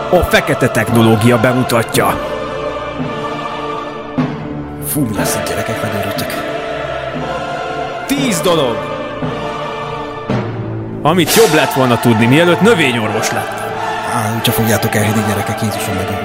A fekete technológia bemutatja. Fú, mi lesz itt, gyerekek, megőrültek. 10 dolog, amit jobb lett volna tudni, mielőtt növényorvos lettem. Úgyse fogjátok elhinni, gyerekek, Jézusom megőrül.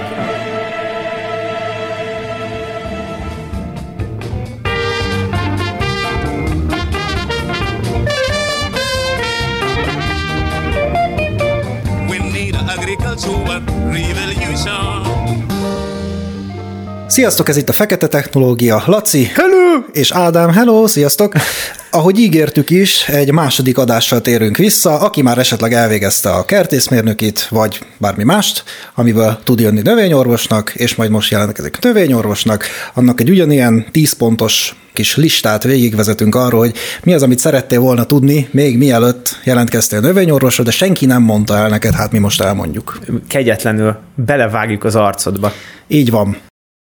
Sziasztok, ez itt a Fekete Technológia. Laci, hello! És Ádám, hello, sziasztok! Ahogy ígértük is, egy második adással térünk vissza, aki már esetleg elvégezte a kertészmérnökit, vagy bármi mást, amiből tud jönni növényorvosnak, és majd most jelentkezik növényorvosnak, annak egy ugyanilyen 10 pontos kis listát végigvezetünk arról, hogy mi az, amit szerettél volna tudni, még mielőtt jelentkeztél növényorvosra, de senki nem mondta el neked, hát mi most elmondjuk. Kegyetlenül belevágjuk az arcodba. Így van.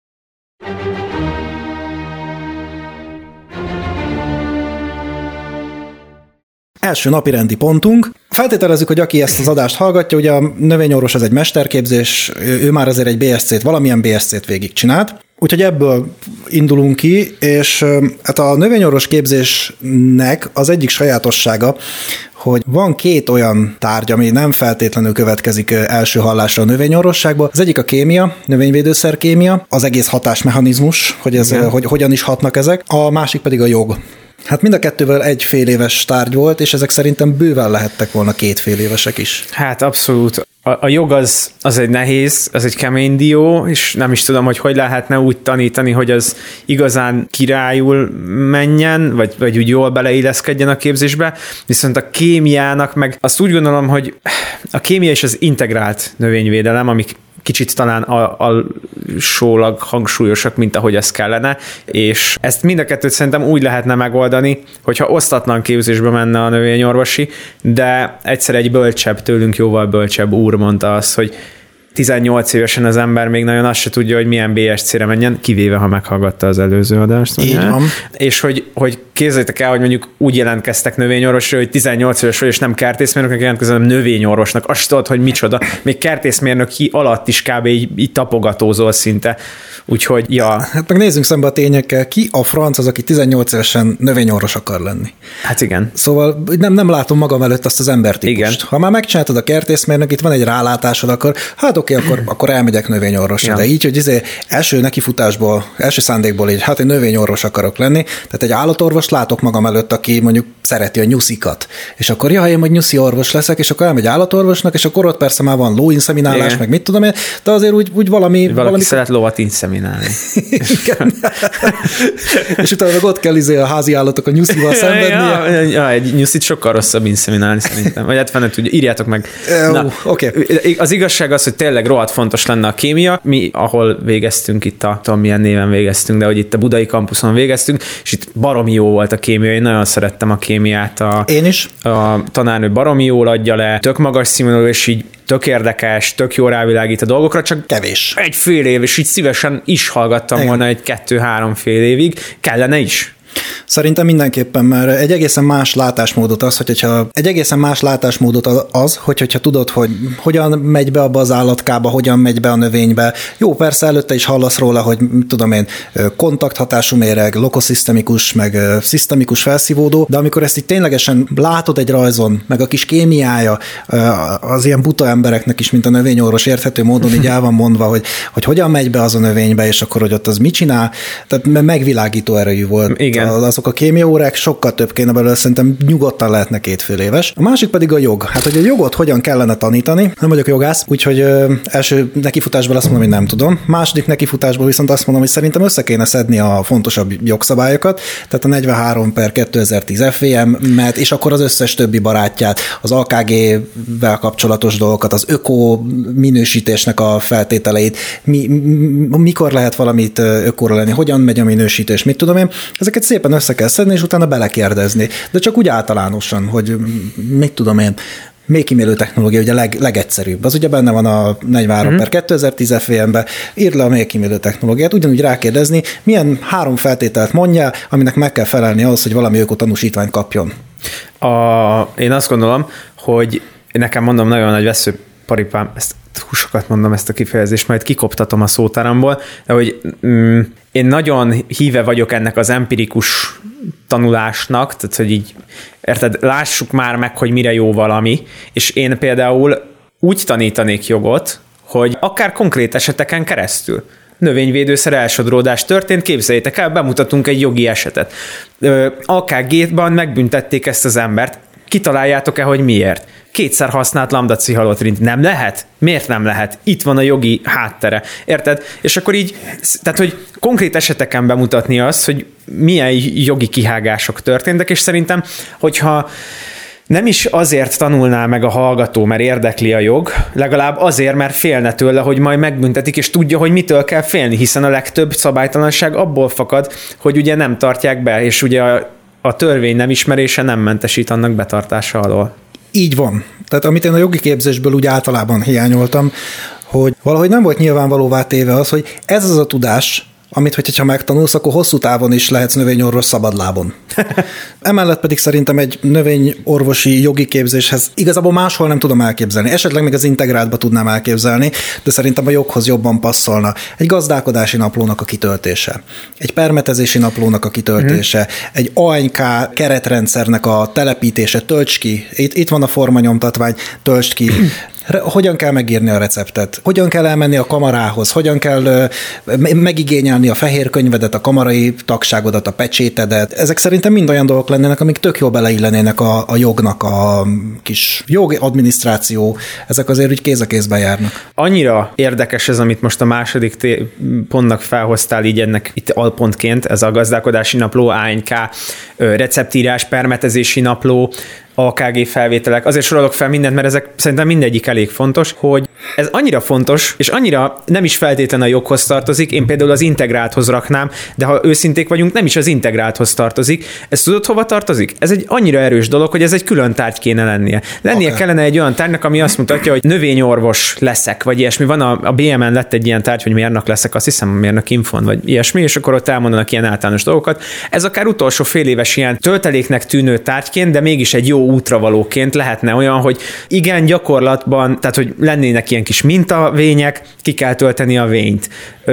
Első napirendi pontunk. Feltételezzük, hogy aki ezt az adást hallgatja, ugye a növényorvos az egy mesterképzés, ő már azért egy BSC-t, valamilyen BSC-t végigcsinált. Úgyhogy ebből indulunk ki, és hát a növényorvos képzésnek az egyik sajátossága, hogy van 2 olyan tárgy, ami nem feltétlenül következik első hallásra a növényorvosságból. Az egyik a kémia, növényvédőszer kémia, az egész hatásmechanizmus, hogy ez, hogy hogyan is hatnak ezek, a másik pedig a jog. Hát mind a kettővel 1 fél éves tárgy volt, és ezek szerintem bőven lehettek volna 2 fél évesek is. Hát abszolút. A jog az egy nehéz, az egy kemény dió, és nem is tudom, hogy lehetne úgy tanítani, hogy az igazán királyul menjen, vagy úgy jól beleilleszkedjen a képzésbe, viszont a kémiának meg azt úgy gondolom, hogy a kémia és az integrált növényvédelem, amik kicsit talán alsólag hangsúlyosak, mint ahogy ez kellene, és ezt mind a kettőt szerintem úgy lehetne megoldani, hogyha osztatlan képzésbe menne a növényorvosi, de egyszer egy bölcsebb, tőlünk jóval bölcsebb úr mondta azt, hogy 18 évesen az ember még nagyon azt se tudja, hogy milyen BSC-re menjen, kivéve, ha meghallgatta az előző adást. Így van. És hogy képzeljétek el, hogy mondjuk úgy jelentkeztek növényorvosra, hogy 18 éves vagy, és nem kertészmérnöknek jelentkezem, hanem növényorvosnak. Azt tudod, hogy micsoda. Még kertészmérnök alatt is kb. így tapogatózol szinte. Úgyhogy, ja. Hát meg nézzünk szembe a tényekkel. Ki a franc az, aki 18 évesen növényorvos akar lenni? Hát igen. Szóval nem látom magam előtt azt az embertípust. Igen. Ha már megcsináltad a kertészmérnök, itt van egy rálátásod, akkor oké, akkor elmegyek növényorvosra. Ja. De így, hogy első nekifutásból, első szándékból így, hát egy növényorvos akarok lenni, tehát egy állatorvost látok magam előtt, aki mondjuk szereti a nyuszikat. És akkor én majd nyuszi orvos leszek, és akkor elmegy állatorvosnak, és akkor ott persze már van lóinseminálás, igen, meg mit tudom én, de azért úgy valami szeret lovat inseminálni. És utána meg ott kell a házi állatok a nyuszival szenvednie. Ja, egy nyuszit sokkal rosszabb inseminálni szerintem. Vagy hát fene tudja, írjátok meg. Okay. Az igazság az, hogy tényleg rohadt fontos lenne a kémia. Mi, ahol végeztünk itt, tudom milyen néven végeztünk, de hogy itt a Budai kampuszon végeztünk, és itt baromi jó volt a kémia. Én nagyon szerettem a kémiát. Én is. A tanárnő baromi jól adja le, tök magas színvonalú, és így tök érdekes, tök jó rávilágít a dolgokra, csak kevés. 1 fél év, és így szívesen is hallgattam volna 1-2-3 fél évig. Kellene is. Szerintem mindenképpen, mert egy egészen más látásmódot hogyha tudod, hogy hogyan megy be abba az állatkába, hogyan megy be a növénybe. Jó, persze előtte is hallasz róla, hogy tudom én, kontakthatású méreg, lokoszisztemikus, meg szisztemikus felszívódó, de amikor ezt így ténylegesen látod egy rajzon, meg a kis kémiája az ilyen buta embereknek is, mint a növényorvos érthető módon így el van mondva, hogy hogyan megy be az a növénybe, és akkor, hogy ott az mit csinál, tehát megvilágító erejű volt. Igen. Azok a kémiaórák, sokkal több kéne belőle, szerintem nyugodtan lehetne 2 fél éves. A másik pedig a jog. Hát, hogy a jogot hogyan kellene tanítani, nem vagyok jogász, úgyhogy első nekifutásból azt mondom, hogy nem tudom. Második nekifutásból viszont azt mondom, hogy szerintem össze kéne szedni a fontosabb jogszabályokat, tehát a 43/2010 FVM-et, és akkor az összes többi barátját, az AKG-vel kapcsolatos dolgokat, az öko minősítésnek a feltételeit, mikor lehet valamit ökóra lenni, hogyan megy a minősítés, mit tudom én. Ezeket szépen össze kell szedni, és utána belekérdezni. De csak úgy általánosan, hogy mit tudom én, méhkímélő technológia ugye legegyszerűbb. Az ugye benne van a 43/2010 FVM-be, írd le a méhkímélő technológiát, ugyanúgy rákérdezni, milyen 3 feltételt mondja, aminek meg kell felelni ahhoz, hogy valami ökotanúsítványt kapjon. Én azt gondolom, hogy nekem mondom nagyon nagy veszőparipám, ezt sokat mondom ezt a kifejezést, majd kikoptatom a szótáramból, de hogy én nagyon híve vagyok ennek az empirikus tanulásnak, tehát hogy így, érted, lássuk már meg, hogy mire jó valami, és én például úgy tanítanék jogot, hogy akár konkrét eseteken keresztül. Növényvédőszer elsodródás történt, képzeljétek el, bemutatunk egy jogi esetet. AKG-ban megbüntették ezt az embert, kitaláljátok-e, hogy miért? 2-szer használt lambda-cihalotrin. Nem lehet? Miért nem lehet? Itt van a jogi háttere. Érted? És akkor így, tehát, hogy konkrét eseteken bemutatni azt, hogy milyen jogi kihágások történtek, és szerintem, hogyha nem is azért tanulná meg a hallgató, mert érdekli a jog, legalább azért, mert félne tőle, hogy majd megbüntetik, és tudja, hogy mitől kell félni, hiszen a legtöbb szabálytalanság abból fakad, hogy ugye nem tartják be, és ugye a törvény nem ismerése nem mentesít annak betartása alól. Így van. Tehát amit én a jogi képzésből úgy általában hiányoltam, hogy valahogy nem volt nyilvánvalóvá téve az, hogy ez az a tudás, amit, hogyha megtanulsz, akkor hosszú távon is lehetsz növényorvos szabadlábon. Emellett pedig szerintem egy növényorvosi jogi képzéshez igazából máshol nem tudom elképzelni. Esetleg még az integráltba tudnám elképzelni, de szerintem a joghoz jobban passzolna. Egy gazdálkodási naplónak a kitöltése, egy permetezési naplónak a kitöltése, egy ANK keretrendszernek a telepítése, töltsd ki. Itt van a formanyomtatvány, töltsd ki. Hogyan kell megírni a receptet? Hogyan kell elmenni a kamarához? Hogyan kell megigényelni a fehér könyvedet, a kamarai tagságodat, a pecsétedet? Ezek szerintem mind olyan dolgok lennének, amik tök jól beleillenének a jognak, a kis jogadminisztráció. Ezek azért úgy kéz a kézben járnak. Annyira érdekes ez, amit most a második pontnak felhoztál így ennek itt alpontként, ez a gazdálkodási napló, ANK, receptírás, permetezési napló, AKG felvételek, azért sorolok fel mindent, mert ezek szerintem mindegyik elég fontos, hogy ez annyira fontos, és annyira nem is feltétlen a joghoz tartozik, én például az integrálthoz raknám, de ha őszinték vagyunk, nem is az integrálthoz tartozik. Ez tudod, hova tartozik? Ez egy annyira erős dolog, hogy ez egy külön tárgy kéne lennie. Kellene egy olyan tárgynak, ami azt mutatja, hogy növényorvos leszek, vagy ilyesmi. Van a BM-en lett egy ilyen tárgy, hogy mérnök leszek, azt hiszem, mérnök infon, vagy ilyesmi, és akkor ott elmondanak ilyen általános dolgokat. Ez akár utolsó fél éves ilyen tölteléknek tűnő tárgyként, de mégis egy jó útravalóként lehetne olyan, hogy igen, gyakorlatban, tehát hogy lennének ilyen kis mintavények, ki kell tölteni a vényt.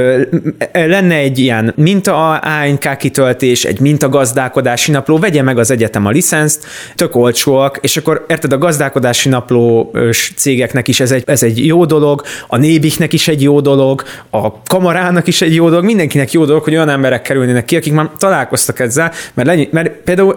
Lenne egy ilyen minta ANK kitöltés, egy mintagazdálkodási napló, vegye meg az egyetem a licenszt, tök olcsóak, és akkor érted, a gazdálkodási naplós cégeknek is ez egy jó dolog, a Nébiknek is egy jó dolog, a kamarának is egy jó dolog, mindenkinek jó dolog, hogy olyan emberek kerülnének ki, akik már találkoztak ezzel, mert például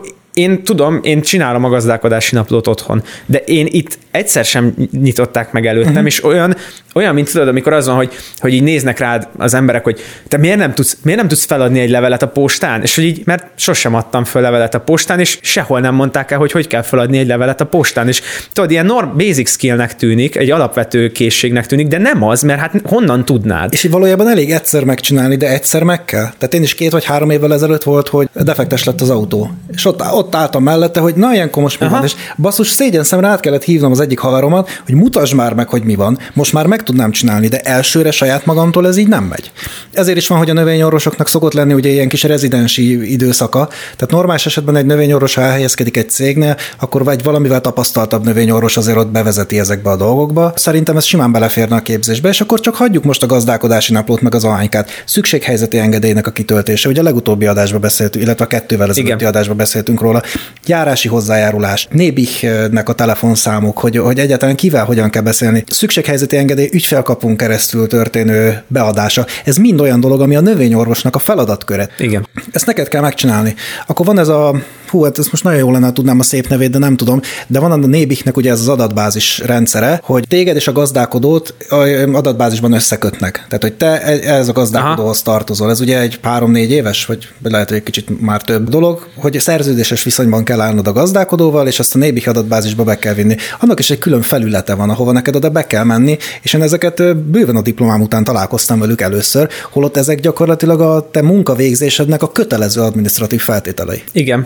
én csinálom a gazdálkodási naplót otthon, de én itt egyszer sem nyitották meg előttem, és olyan, mint tudod, amikor az van, hogy így néznek rád az emberek, hogy te miért nem tudsz feladni egy levelet a postán? És hogy így, mert sosem adtam föl levelet a postán, és sehol nem mondták el, hogy kell feladni egy levelet a postán. És tudod, ilyen basic skillnek tűnik, egy alapvető készségnek tűnik, de nem az, mert hát honnan tudnád? És valójában elég egyszer megcsinálni, de egyszer meg kell. Tehát én is 2 vagy 3 évvel ezelőtt volt, hogy defektes lett az autó. És ott álltam mellette, hogy na, ilyenkor most mi van. És basszus, szégyenszemre át kellett hívnom az egyik haveromat, hogy mutasd már meg, hogy mi van. Most már meg tudnám csinálni, de elsőre saját magamtól ez így nem megy. Ezért is van, hogy a növényorvosoknak szokott lenni ugye ilyen kis rezidensi időszaka. Tehát normális esetben egy növényorvos, ha elhelyezkedik egy cégnél, akkor vagy valamivel tapasztaltabb növényorvos azért ott bevezeti ezekbe a dolgokba. Szerintem ez simán beleférne a képzésbe, és akkor csak hagyjuk most a gazdálkodási naplót meg az ANK-t. Szükséghelyzeti engedélynek a kitöltése. Ugye a legutóbbi adásban beszéltünk, illetve a 2-vel ezelőtti adásban beszéltünk róla. Járási hozzájárulás, Nébiknek a telefonszámok, hogy egyáltalán kivel hogyan kell beszélni. Szükséghelyzeti engedély ügyfélkapun keresztül történő beadása. Ez mind olyan dolog, ami a növényorvosnak a feladatköre. Igen. Ezt neked kell megcsinálni. Akkor van ez hát ez most nagyon jó lenne, tudnám a szép nevét, de nem tudom, de van a Nébiknek ugye ez az adatbázis rendszere, hogy téged és a gazdálkodót adatbázisban összekötnek. Tehát, hogy te ez a gazdálkodóhoz tartozol. Ez ugye egy 3-4 éves, vagy lehet, hogy egy kicsit már több dolog, hogy szerződéses viszonyban kell állnod a gazdálkodóval, és azt a Nébik adatbázisba be kell vinni. Annak is egy külön felülete van, ahova neked oda be kell menni, és én ezeket bőven a diplomám után találkoztam velük először, holott ezek gyakorlatilag a te munkavégzésednek a kötelező adminisztratív feltételei. Igen.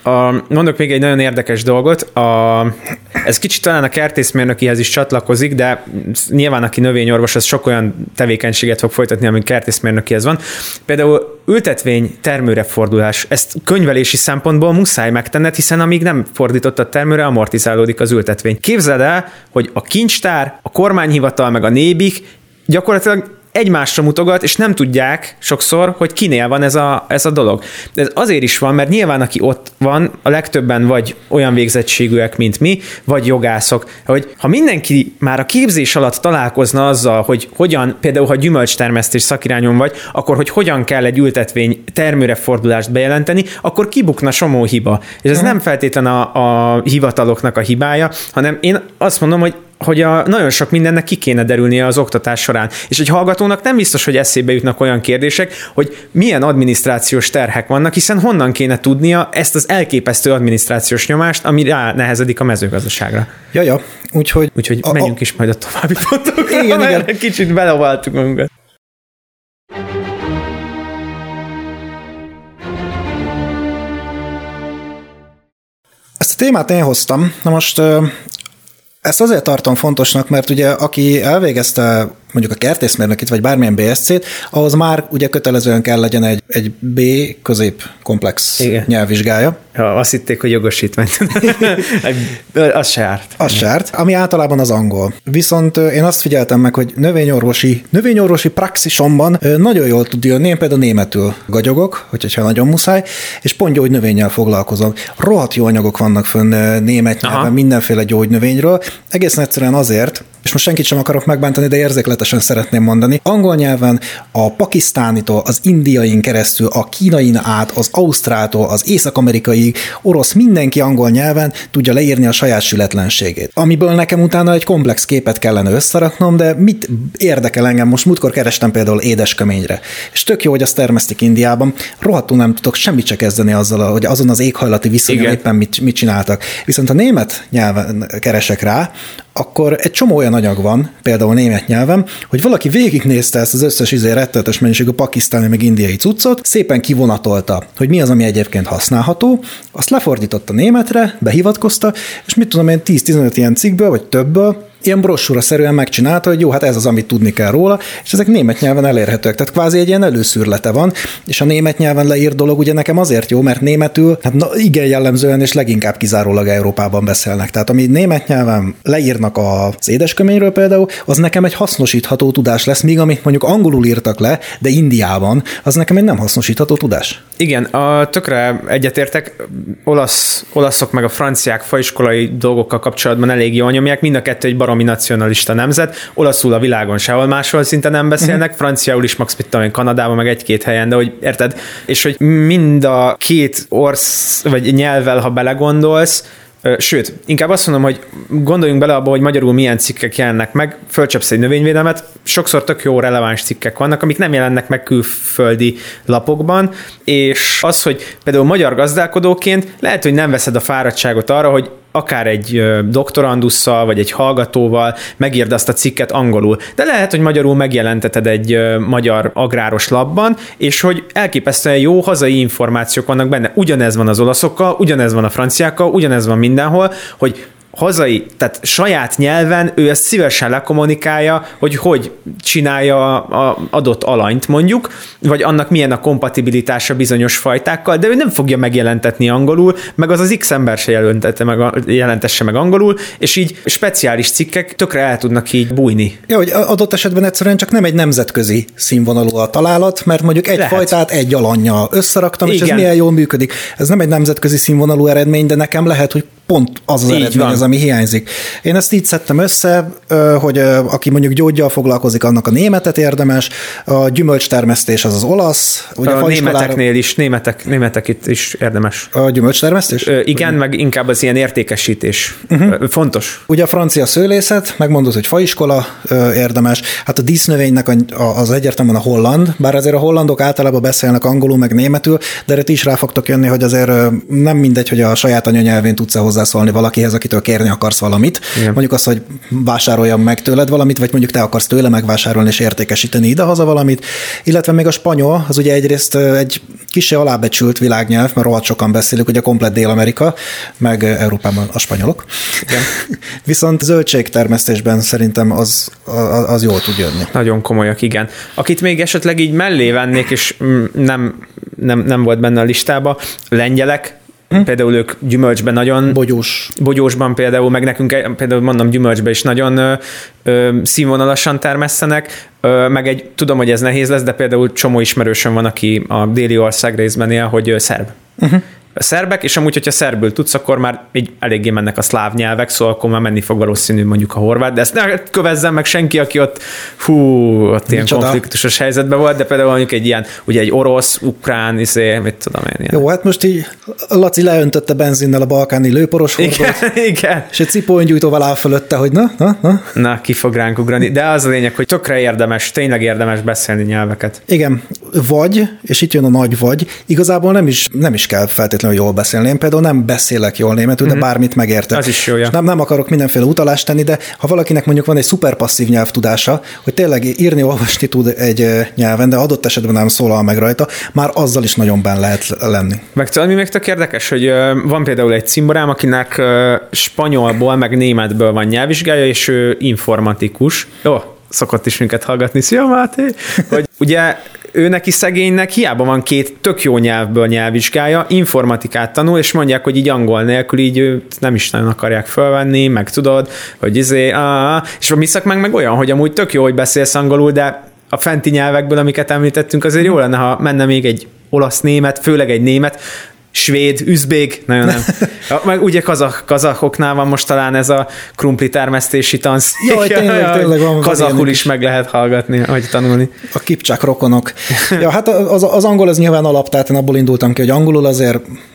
Mondok még egy nagyon érdekes dolgot. Ez kicsit talán a kertészmérnökihez is csatlakozik, de nyilván aki növényorvos, az sok olyan tevékenységet fog folytatni, ami kertészmérnökihez van. Például ültetvény termőre fordulás. Ezt könyvelési szempontból muszáj megtenned, hiszen amíg nem fordítottad termőre, amortizálódik az ültetvény. Képzeld el, hogy a kincstár, a kormányhivatal meg a nébik gyakorlatilag egymásra mutogat, és nem tudják sokszor, hogy kinél van ez a dolog. De ez azért is van, mert nyilván aki ott van, a legtöbben vagy olyan végzettségűek, mint mi, vagy jogászok, hogy ha mindenki már a képzés alatt találkozna azzal, hogy hogyan, például ha gyümölcstermesztés szakirányon vagy, akkor hogy hogyan kell egy ültetvény termőre fordulást bejelenteni, akkor kibukna somó hiba. És ez nem feltétlen a hivataloknak a hibája, hanem én azt mondom, hogy nagyon sok mindennek ki kéne derülnie az oktatás során. És egy hallgatónak nem biztos, hogy eszébe jutnak olyan kérdések, hogy milyen adminisztrációs terhek vannak, hiszen honnan kéne tudnia ezt az elképesztő adminisztrációs nyomást, ami rá nehezedik a mezőgazdaságra. Ja. Úgyhogy menjünk is majd a további pontokra, igen. Kicsit belevaltuk magunkat. Ezt a témát én hoztam. Na most ezt azért tartom fontosnak, mert ugye aki elvégezte mondjuk a kertészmérnökit, vagy bármilyen BSC-t, ahhoz már ugye kötelezően kell legyen egy B középkomplex nyelvvizsgája. Ja, azt hitték, hogy jogosítványt. Az se árt. Az se árt, ami általában az angol. Viszont én azt figyeltem meg, hogy növényorvosi praxisomban nagyon jól tud jönni, én például németül gagyogok, hogyha nagyon muszáj, és pont gyógynövényel foglalkozom. Rohadt jó anyagok vannak fönn német nyelven, mindenféle gyógynövényről, egészen egyszerűen azért, és most senkit sem akarok megbántani, de érzékletesen szeretném mondani. Angol nyelven a pakisztánitól, az indiain keresztül, a kínain át, az ausztráltól, az észak-amerikai, orosz, mindenki angol nyelven tudja leírni a saját sületlenségét. Amiből nekem utána egy komplex képet kellene összeraknom, de mit érdekel engem? Most múltkor kerestem például édesköményre. És tök jó, hogy azt termesztik Indiában. Rohadtul nem tudok semmit se kezdeni azzal, hogy azon az éghajlati viszonyon éppen mit csináltak. Viszont a német nyelven keresek rá, akkor egy csomó olyan anyag van, például német nyelven, hogy valaki végignézte ezt az összes rettenetes mennyiségű pakisztáni meg indiai cuccot, szépen kivonatolta, hogy mi az, ami egyébként használható, azt lefordította németre, behivatkozta, és mit tudom én, 10-15 ilyen cikkből, vagy többből, ilyen brossúra-szerűen megcsinálta, hogy jó, hát ez az, amit tudni kell róla, és ezek német nyelven elérhetőek. Tehát kvázi egy ilyen előszűrlete van, és a német nyelven leírt dolog ugye nekem azért jó, mert németül, hát igen jellemzően és leginkább kizárólag Európában beszélnek. Tehát ami német nyelven leírnak az édesköményről például, az nekem egy hasznosítható tudás lesz, míg amit mondjuk angolul írtak le, de Indiában, az nekem egy nem hasznosítható tudás. Igen, tökre egyetértek, olaszok meg a franciák faiskolai dolgokkal kapcsolatban elég jól nyomják, mind a kettő egy baromi nacionalista nemzet, olaszul a világon sehol máshol szinte nem beszélnek, franciául is max, mit tudom én, Kanadában meg egy-két helyen, de hogy érted, és hogy mind a két vagy nyelvvel, ha belegondolsz, sőt, inkább azt mondom, hogy gondoljunk bele abba, hogy magyarul milyen cikkek jelennek meg, fölcsapsz egy növényvédelmet, sokszor tök jó releváns cikkek vannak, amik nem jelennek meg külföldi lapokban, és az, hogy például magyar gazdálkodóként lehet, hogy nem veszed a fáradtságot arra, hogy akár egy doktorandusszal, vagy egy hallgatóval megírd azt a cikket angolul. De lehet, hogy magyarul megjelenteted egy magyar agráros labban, és hogy elképesztően jó hazai információk vannak benne. Ugyanez van az olaszokkal, ugyanez van a franciákkal, ugyanez van mindenhol, hogy hazai, tehát saját nyelven ő ezt szívesen lekommunikálja, hogy csinálja az adott alanyt mondjuk, vagy annak milyen a kompatibilitása bizonyos fajtákkal, de ő nem fogja megjelentetni angolul, meg az X ember se jelentesse meg angolul, és így speciális cikkek tökre el tudnak így bújni. Ja, hogy adott esetben egyszerűen csak nem egy nemzetközi színvonalú a találat, mert mondjuk egy fajtát egy alannyal összeraktam, igen, és ez milyen jól működik. Ez nem egy nemzetközi színvonalú eredmény, de nekem lehet, hogy pont az eredmény az, ami hiányzik. Én ezt így szedtem össze, hogy aki mondjuk gyóggyal foglalkozik, annak a németet érdemes, a gyümölcstermesztés az olasz. Ugye a németeknél is, németek itt is érdemes. A gyümölcstermesztés? Igen, meg inkább az ilyen értékesítés. Fontos. Ugye a francia szőlészet, megmondod, hogy faiskola érdemes. Hát a dísznövénynek az egyértelműen a holland, bár azért a hollandok általában beszélnek angolul, meg németül, de erre is rá fogtok jönni, hogy azért nem mindegy, hogy a saját anyanyelvén tudsz hozzá hozzászólni valakihez, akitől kérni akarsz valamit. Igen. Mondjuk azt, hogy vásároljam meg tőled valamit, vagy mondjuk te akarsz tőle megvásárolni és értékesíteni idehaza valamit. Illetve még a spanyol, az ugye egyrészt egy kissé alábecsült világnyelv, mert rohadt sokan beszélik, ugye komplet Dél-Amerika, meg Európában a spanyolok. Igen. Viszont zöldségtermesztésben szerintem az jól tud jönni. Nagyon komolyak, igen. Akit még esetleg így mellé vennék, és nem volt benne a listába, lengyelek, például ők gyümölcsben nagyon... Bogyósban például, meg nekünk például mondom gyümölcsben is nagyon színvonalasan termesszenek, meg tudom, hogy ez nehéz lesz, de például csomó ismerősöm van, aki a déli ország részben él, hogy szerb. A szerbek, és amúgy, hogyha szerbül tudsz, akkor már így eléggé mennek a szláv nyelvek, szóval akkor már menni fog valószínű mondjuk a horvát, de ezt ne kövezzen meg senki, aki ott ilyen konfliktusos helyzetben volt, de például mondjuk egy ilyen, ugye egy orosz, ukrán, mit tudom én. Ilyen. Jó, hát most így Laci leöntötte benzinnel a balkáni lőporos hordót, igen. És egy cipőnygyújtóval áll fölötte, hogy na, ki fog ránk ugrani. De az a lényeg, hogy tökre tényleg érdemes beszélni nyelveket. Igen, vagy, és itt jön a nagy vagy, igazából nem is kell feltétlenül jól beszélni. Én például nem beszélek jól németül, de bármit megértek. Az is jó, ja. Nem akarok mindenféle utalást tenni, de ha valakinek mondjuk van egy szuper passzív nyelvtudása, hogy tényleg írni, olvasni tud egy nyelven, de adott esetben nem szólal meg rajta, már azzal is nagyon benn lehet lenni. Meg tudod, mi még tök érdekes, hogy van például egy cimborám, akinek spanyolból, meg németből van nyelvvizsgája, és ő informatikus. Jó, szokott is minket hallgatni. Szia, Máté! Hogy ugye ő neki szegénynek hiába van 2 tök jó nyelvből nyelvvizsgája, informatikát tanul, és mondják, hogy így angol nélkül így őt nem is nagyon akarják fölvenni, meg tudod, hogy és a mi szakmánk meg olyan, hogy amúgy tök jó, hogy beszélsz angolul, de a fenti nyelvekből, amiket említettünk, azért jó lenne, ha menne még egy olasz-német, főleg egy német, svéd, üzbég, nagyon nem. Meg ugye kazakoknál van most talán ez a krumpli termesztési tansz. Jaj, tényleg van. Kazakul is meg lehet hallgatni, vagy tanulni. A kipcsák rokonok. Ja, hát az angol az nyilván alap, tehát én abból indultam ki, hogy angolul azért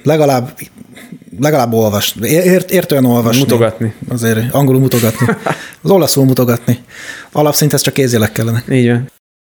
legalább olvasni, értően olvasni. Mutogatni. Azért angolul mutogatni. Az olaszul mutogatni. Alapszint ez csak kézileg kellene. Így van.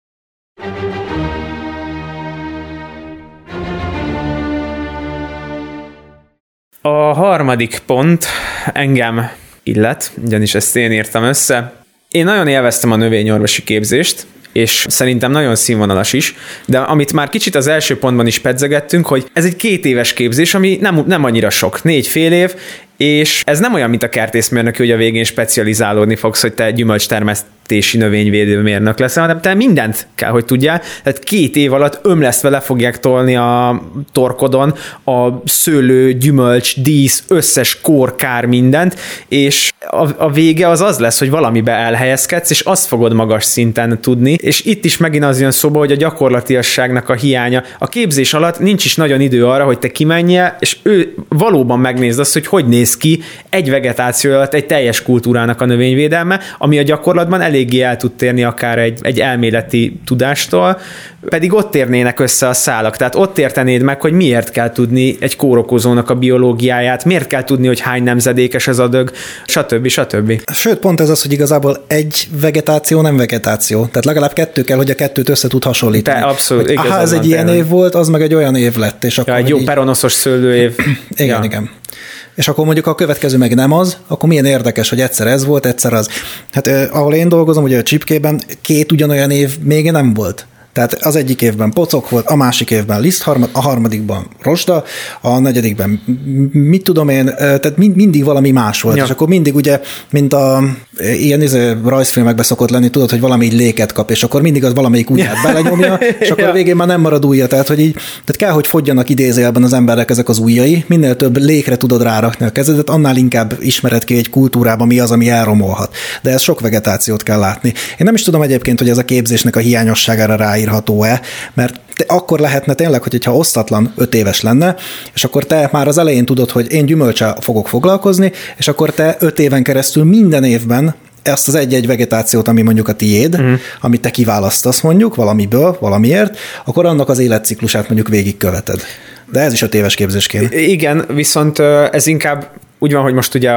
A harmadik pont engem illet, ugyanis ezt én írtam össze. Én nagyon élveztem a növényorvosi képzést, és szerintem nagyon színvonalas is, de amit már kicsit az első pontban is pedzegettünk, hogy ez egy 2 éves képzés, ami nem annyira sok, 4,5 év, és ez nem olyan, mint a kertészmérnök, hogy a végén specializálódni fogsz, hogy te gyümölcstermesztési növényvédőmérnök leszel, hanem te mindent kell, hogy tudjál. Tehát 2 év alatt ömlesztve le fogják tolni a torkodon a szőlő, gyümölcs, dísz, összes kór, kár, mindent, és a vége az lesz, hogy valamibe elhelyezkedsz, és azt fogod magas szinten tudni, és itt is megint az jön szóba, hogy a gyakorlatiasságnak a hiánya. A képzés alatt nincs is nagyon idő arra, hogy te kimenjél, és ő valóban megnézd azt, hogy néz ki egy vegetáció alatt egy teljes kultúrának a növényvédelme, ami a gyakorlatban eléggé el tud térni akár egy elméleti tudástól, pedig ott érnének össze a szálak, tehát ott értenéd meg, hogy miért kell tudni egy kórokozónak a biológiáját, miért kell tudni, hogy hány nemzedékes az a dög, stb. Sőt, pont ez az, hogy igazából egy vegetáció nem vegetáció, tehát legalább 2 kell, hogy a 2-t össze tud hasonlítani. Abszolút, igaz. Ha ez egy ilyen év volt, az meg egy olyan év lett. És akkor egy jó peronoszos szőlőév. Igen. És akkor mondjuk a következő meg nem az, akkor milyen érdekes, hogy egyszer ez volt, egyszer az. Hát ahol én dolgozom, ugye a csipkében 2 ugyanolyan év még nem volt. Tehát az egyik évben pocok volt, a másik évben lisztharmad, a harmadikban rozsda, a negyedikben mit tudom én, tehát mindig valami más volt. Ja. És akkor mindig ugye, mint ilyen rajzfilmekben szokott lenni, tudod, hogy valami így léket kap, és akkor mindig az valamelyik ujját belenyomja, és akkor a végén már nem marad ujja. Tehát, hogy így, tehát kell, hogy fogjanak idézőjelben az emberek ezek az ujjai, minél több lékre tudod rárakni a kezedet, annál inkább ismered ki egy kultúrában mi az, ami elromolhat. De ez sok vegetációt kell látni. Én nem is tudom egyébként, hogy ez a képzésnek a hiányosságára ráírható-e, mert akkor lehetne tényleg, hogyha osztatlan 5 éves lenne, és akkor te már az elején tudod, hogy én gyümölcsel fogok foglalkozni, és akkor te 5 éven keresztül minden évben ezt az egy-egy vegetációt, ami mondjuk a tiéd, amit te kiválasztasz mondjuk valamiből, valamiért, akkor annak az életciklusát mondjuk végigköveted. De ez is 5 éves képzés kéne. Igen, viszont ez inkább úgy van, hogy most ugye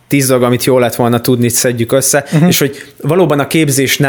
10 dolog, amit jól lett volna tudni, szedjük össze, és hogy valóban a képzés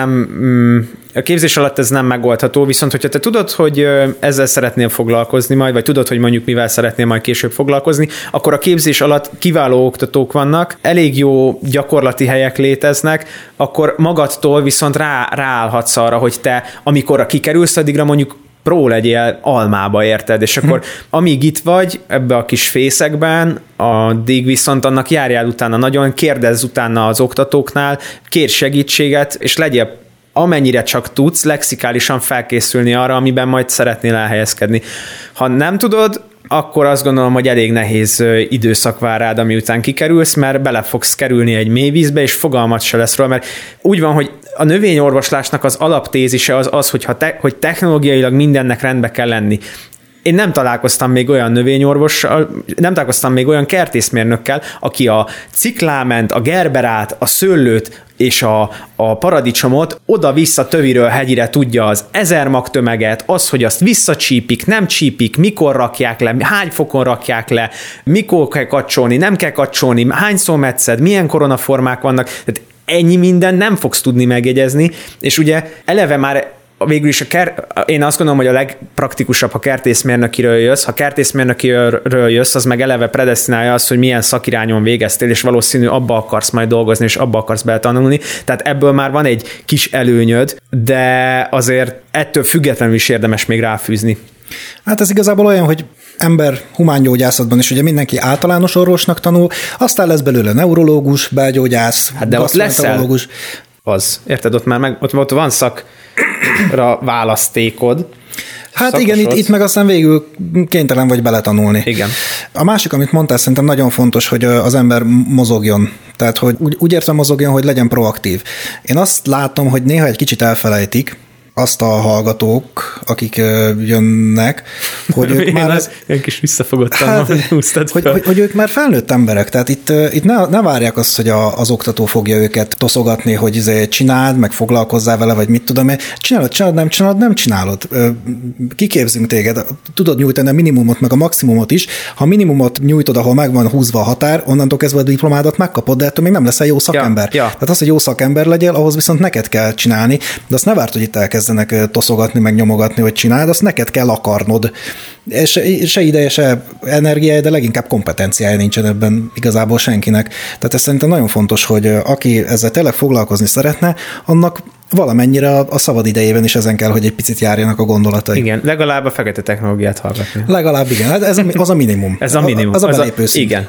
alatt ez nem megoldható, viszont hogyha te tudod, hogy ezzel szeretnél foglalkozni majd, vagy tudod, hogy mondjuk mivel szeretnél majd később foglalkozni, akkor a képzés alatt kiváló oktatók vannak, elég jó gyakorlati helyek léteznek, akkor magadtól viszont ráállhatsz arra, hogy te, amikor kikerülsz, addigra mondjuk pró legyél almába, érted? És akkor amíg itt vagy, ebbe a kis fészekben, addig viszont annak járjál utána nagyon, kérdezz utána az oktatóknál, kérj segítséget, és legyél amennyire csak tudsz lexikálisan felkészülni arra, amiben majd szeretnél elhelyezkedni. Ha nem tudod, akkor azt gondolom, hogy elég nehéz időszak vár rád, ami után kikerülsz, mert bele fogsz kerülni egy mély vízbe, és fogalmat se lesz róla, mert úgy van, hogy a növényorvoslásnak az alaptézise az hogy technológiailag mindennek rendbe kell lenni. Én nem találkoztam még olyan növényorvossal, nem találkoztam még olyan kertészmérnökkel, aki a cikláment, a gerberát, a szőlőt és a paradicsomot oda-vissza töviről hegyire tudja az 1000 mag tömeget, az, hogy azt visszacsípik, nem csípik, mikor rakják le, hány fokon rakják le, mikor kell kacsolni, nem kell kacsolni, hányszor metszed, milyen koronaformák vannak, tehát ennyi minden nem fogsz tudni megjegyezni, és ugye eleve már végül is én azt gondolom, hogy a legpraktikusabb, ha kertészmérnökiről jössz. Ha kertészmérnökiről jössz, az meg eleve predesztinálja azt, hogy milyen szakirányon végeztél, és valószínű abba akarsz majd dolgozni, és abba akarsz beletanulni. Tehát ebből már van egy kis előnyöd, de azért ettől függetlenül is érdemes még ráfűzni. Hát ez igazából olyan, hogy ember humángyógyászatban is ugye mindenki általános orvosnak tanul, aztán lesz belőle neurológus, belgyógyász, hát de ott leszel az. Érted? Ott már ott van szakra választékod. Hát igen, itt meg aztán végül kénytelen vagy beletanulni. Igen. A másik, amit mondtál, szerintem nagyon fontos, hogy az ember mozogjon. Tehát, hogy úgy értem mozogjon, hogy legyen proaktív. Én azt látom, hogy néha egy kicsit elfelejtik azt a hallgatók, akik jönnek, hogy ők már... Egy kis visszafogottan húztad fel. Hogy ők már felnőtt emberek, tehát itt ne várják azt, hogy az oktató fogja őket toszogatni, hogy csináld, meg foglalkozzál vele, vagy mit tudom én. Csinálod, nem csinálod. Kiképzünk téged, tudod nyújtani a minimumot, meg a maximumot is. Ha a minimumot nyújtod, ahol meg van húzva a határ, onnantól kezdve a diplomádat megkapod, de ettől még nem leszel jó szakember. Ja. Tehát az, hogy jó szakember legyél, ahhoz viszont neked kell csinálni, de azt ne várt, hogy itt elkezdenek toszogatni, meg nyomogatni, hogy csináld, azt neked kell akarnod. Se ideje, se energiája, de leginkább kompetenciája nincsen ebben igazából senkinek. Tehát ez szerintem nagyon fontos, hogy aki ezzel tényleg foglalkozni szeretne, annak valamennyire a szabad idejében is ezen kell, hogy egy picit járjanak a gondolatai. Igen, legalább a fekete technológiát hallgatni. Legalább igen, hát az a minimum. Ez a minimum. Az a belépőszint. Igen.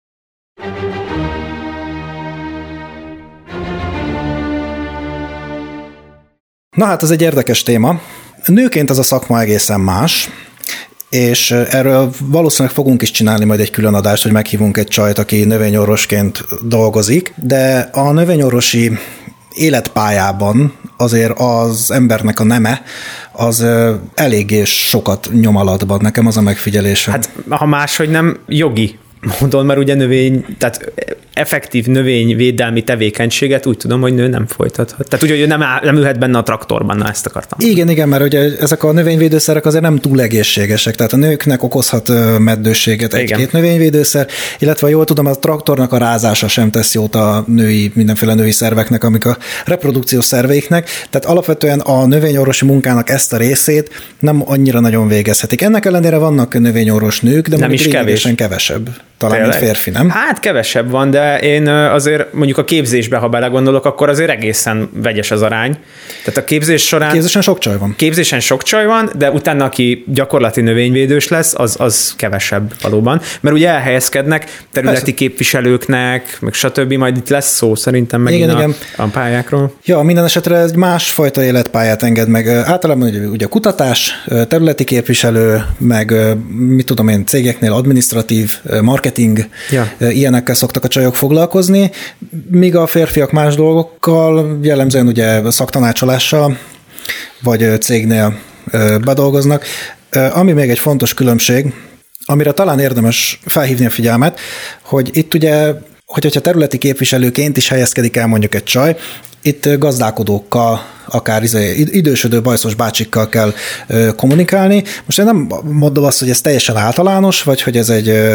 Na hát, ez egy érdekes téma. Nőként ez a szakma egészen más, és erről valószínűleg fogunk is csinálni majd egy külön adást, hogy meghívunk egy csajt, aki növényorvosként dolgozik, de a növényorvosi életpályában azért az embernek a neme az eléggé sokat nyom alatban. Nekem az a megfigyelésem. Hát ha máshogy nem jogi módon, mert ugye tehát effektív növényvédelmi tevékenységet úgy tudom, hogy nő nem folytathat. Tehát úgy, hogy nem ülhet benne a traktorban, na ezt akartam. Igen, mert ugye ezek a növényvédőszerek azért nem túl egészségesek, tehát a nőknek okozhat meddőséget egy-két növényvédőszer, illetve jól tudom, a traktornak a rázása sem tesz jót a mindenféle női szerveknek, amik a reprodukciós szerveiknek, tehát alapvetően a növényorvosi munkának ezt a részét nem annyira nagyon végezhetik. Ennek ellenére vannak növényorvos nők, de nem is kevesebb. Talán, mint férfi, nem? Hát kevesebb van, de én azért mondjuk a képzésbe, ha belegondolok, akkor azért egészen vegyes az arány. Tehát a képzés során... Képzésen sok csaj van. Képzésen sok csaj van, de utána, aki gyakorlati növényvédős lesz, az kevesebb valóban. Mert ugye elhelyezkednek területi képviselőknek, meg stb. Majd itt lesz szó szerintem megint igen. A pályákról. Ja, minden esetre egy másfajta életpályát enged meg. Általában ugye kutatás, területi képviselő, meg mit tudom én, cégeknél adminisztratív, marketing, ilyenekkel szoktak a csajok foglalkozni, míg a férfiak más dolgokkal, jellemzően ugye szaktanácsolással, vagy cégnél bedolgoznak. Ami még egy fontos különbség, amire talán érdemes felhívni a figyelmet, hogy itt ugye, hogyha területi képviselőként is helyezkedik el mondjuk egy csaj, itt gazdálkodókkal, akár idősödő bajszos bácsikkal kell kommunikálni. Most én nem mondom azt, hogy ez teljesen általános, vagy hogy ez egy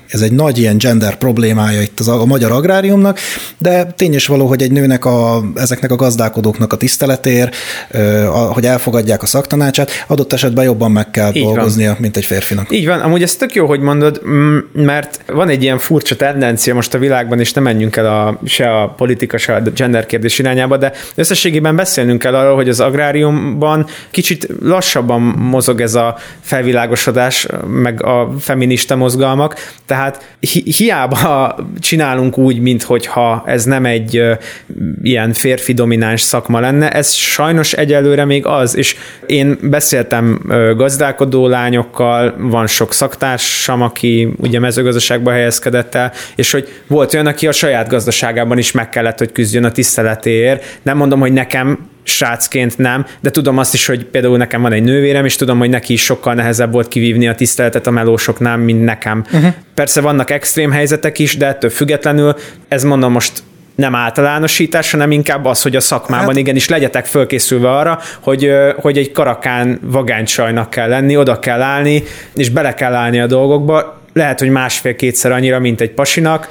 ez egy nagy ilyen gender problémája itt a magyar agráriumnak, de tény is való, hogy egy nőnek ezeknek a gazdálkodóknak a tiszteletér, hogy elfogadják a szaktanácsát, adott esetben jobban meg kell dolgoznia, mint egy férfinak. Így van, amúgy ez tök jó, hogy mondod, mert van egy ilyen furcsa tendencia most a világban, és nem menjünk el se a politika, se a gender kérdés irányába, de összességében beszélnünk kell arról, hogy az agráriumban kicsit lassabban mozog ez a felvilágosodás, meg a feminista mozgalmak, tehát hiába csinálunk úgy, minthogyha ez nem egy ilyen férfi domináns szakma lenne, ez sajnos egyelőre még az, és én beszéltem gazdálkodó lányokkal, van sok szaktársam, aki ugye mezőgazdaságba helyezkedett el, és hogy volt olyan, aki a saját gazdaságában is meg kellett, hogy küzdjön a tiszteletéért. Nem mondom, hogy nekem srácként nem, de tudom azt is, hogy például nekem van egy nővérem, és tudom, hogy neki is sokkal nehezebb volt kivívni a tiszteletet a melósoknál, mint nekem. Persze vannak extrém helyzetek is, de ettől függetlenül, ez mondom most nem általánosítás, hanem inkább az, hogy a szakmában igenis legyetek fölkészülve arra, hogy egy karakán vagánysajnak kell lenni, oda kell állni, és bele kell állni a dolgokba. Lehet, hogy másfél-kétszer annyira, mint egy pasinak,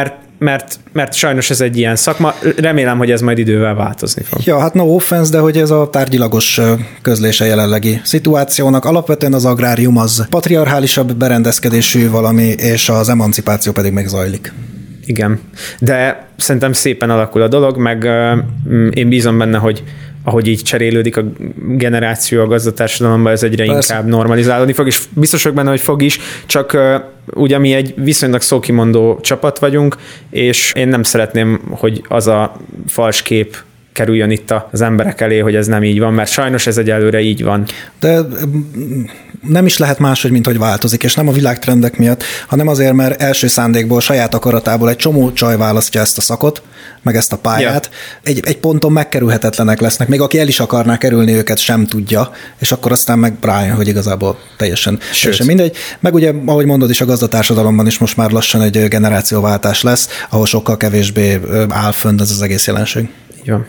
mert sajnos ez egy ilyen szakma. Remélem, hogy ez majd idővel változni fog. Ja, hát no offense, de hogy ez a tárgyilagos közlése jelenlegi szituációnak. Alapvetően az agrárium az patriarchálisabb berendezkedésű valami, és az emancipáció pedig még zajlik. Igen, de szerintem szépen alakul a dolog, meg én bízom benne, hogy ahogy így cserélődik a generáció a gazdatársadalomban, ez egyre inkább normalizálódni fog, és biztos vagyok benne, hogy fog is, csak ugye mi egy viszonylag szókimondó csapat vagyunk, és én nem szeretném, hogy az a fals kép kerüljön itt az emberek elé, hogy ez nem így van, mert sajnos ez egyelőre így van. De nem is lehet máshogy, mint hogy változik, és nem a világtrendek miatt, hanem azért, mert első szándékból, saját akaratából egy csomó csaj választja ezt a szakot, meg ezt a pályát. Ja. Egy ponton megkerülhetetlenek lesznek, még aki el is akarná kerülni őket, sem tudja, és akkor aztán meg Brian, hogy igazából teljesen mindegy. Meg ugye, ahogy mondod is, a gazdatársadalomban is most már lassan egy generációváltás lesz, ahol sokkal kevésbé áll fönn ez az egész jelenség. Jó.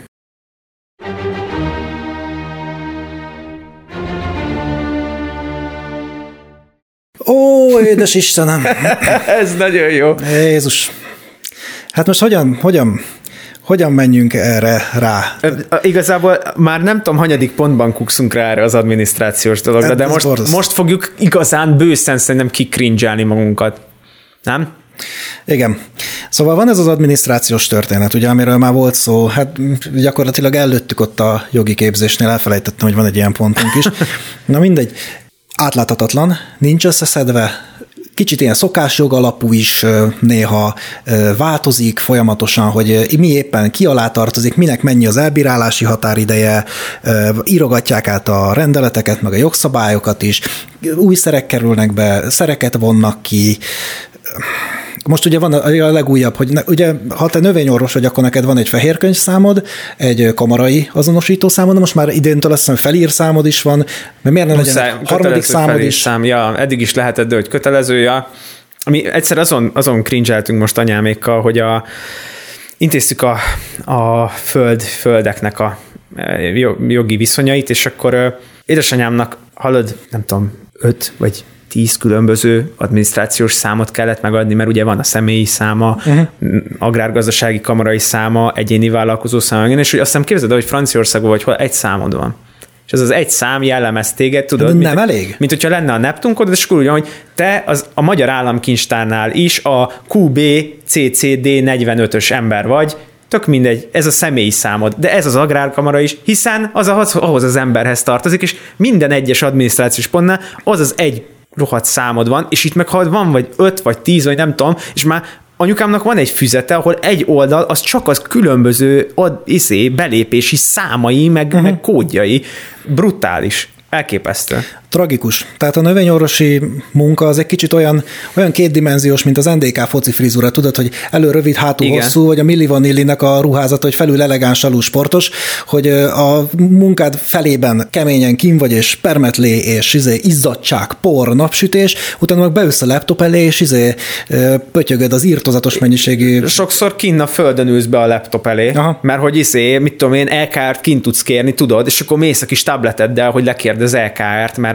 Ó, édes Istenem! Ez nagyon jó. Jézus! Hát most hogyan menjünk erre rá? Igazából már nem tudom, hanyadik pontban kukszunk rá erre az adminisztrációs dologra, de most fogjuk igazán bőszen szerintem kikrindzsálni magunkat. Nem? Igen. Szóval van ez az adminisztrációs történet, ugye, amiről már volt szó, hát gyakorlatilag előttük ott a jogi képzésnél, elfelejtettem, hogy van egy ilyen pontunk is. Na mindegy. Átláthatatlan, nincs összeszedve, kicsit ilyen szokásjog alapú is néha változik folyamatosan, hogy mi éppen ki alá tartozik, minek mennyi az elbírálási határideje, írogatják át a rendeleteket, meg a jogszabályokat is, új szerek kerülnek be, szereket vonnak ki. Most ugye van a legújabb, hogy ugye, ha te növényorvos vagy, akkor neked van egy fehér könyvszámod, egy kamarai azonosítószámod, de most már idéntől azt hiszem felírszámod is van, mert miért nem legyen harmadik számod is? Ja, eddig is lehetett, de hogy kötelező, ja. Mi egyszer azon cringe-eltünk most anyámékkal, hogy intéztük a földeknek a jogi viszonyait, és akkor édesanyámnak hallod, nem tudom, 5 vagy 10 különböző adminisztrációs számot kellett megadni, mert ugye van a személyi száma, agrárgazdasági kamarai száma, egyéni vállalkozó száma, és hogy azt hiszem képzeld, hogy Franciaországban vagy hol egy számod van. És az egy szám jellemez téged, tudod? Nem elég? Mint hogyha lenne a Neptunkod, és akkor ugyan, hogy te a Magyar Államkincstárnál is a QBCCD 45-ös ember vagy, tök mindegy, ez a személyi számod, de ez az agrárkamara is, hiszen az ahhoz az emberhez tartozik, és minden egyes adminisztrációs pontnál az egy rohadt számod van, és itt meg ha van vagy 5 vagy 10, vagy nem tudom, és már anyukámnak van egy füzete, ahol egy oldal, az csak az különböző belépési számai, meg kódjai. Brutális. Elképesztő. Tragikus. Tehát a növényorvosi munka az egy kicsit olyan kétdimenziós, mint az NDK foci frizura. Tudod, hogy elő rövid, hátul hosszú, vagy a Milli Vanillinek a ruházata, hogy felül elegáns, alul sportos, hogy a munkád felében keményen kim vagy, és permetlé, és izzadtság, por, napsütés, utána meg beülsz a laptop elé, és pötyögöd az írtozatos mennyiségű... Sokszor kinn a földön ülsz be a laptop elé, mert hogy mit tudom én, LKR-t kint tudsz kérni, tudod, és akkor mész a kis tableteddel, hogy lekérd az LKR-t, mert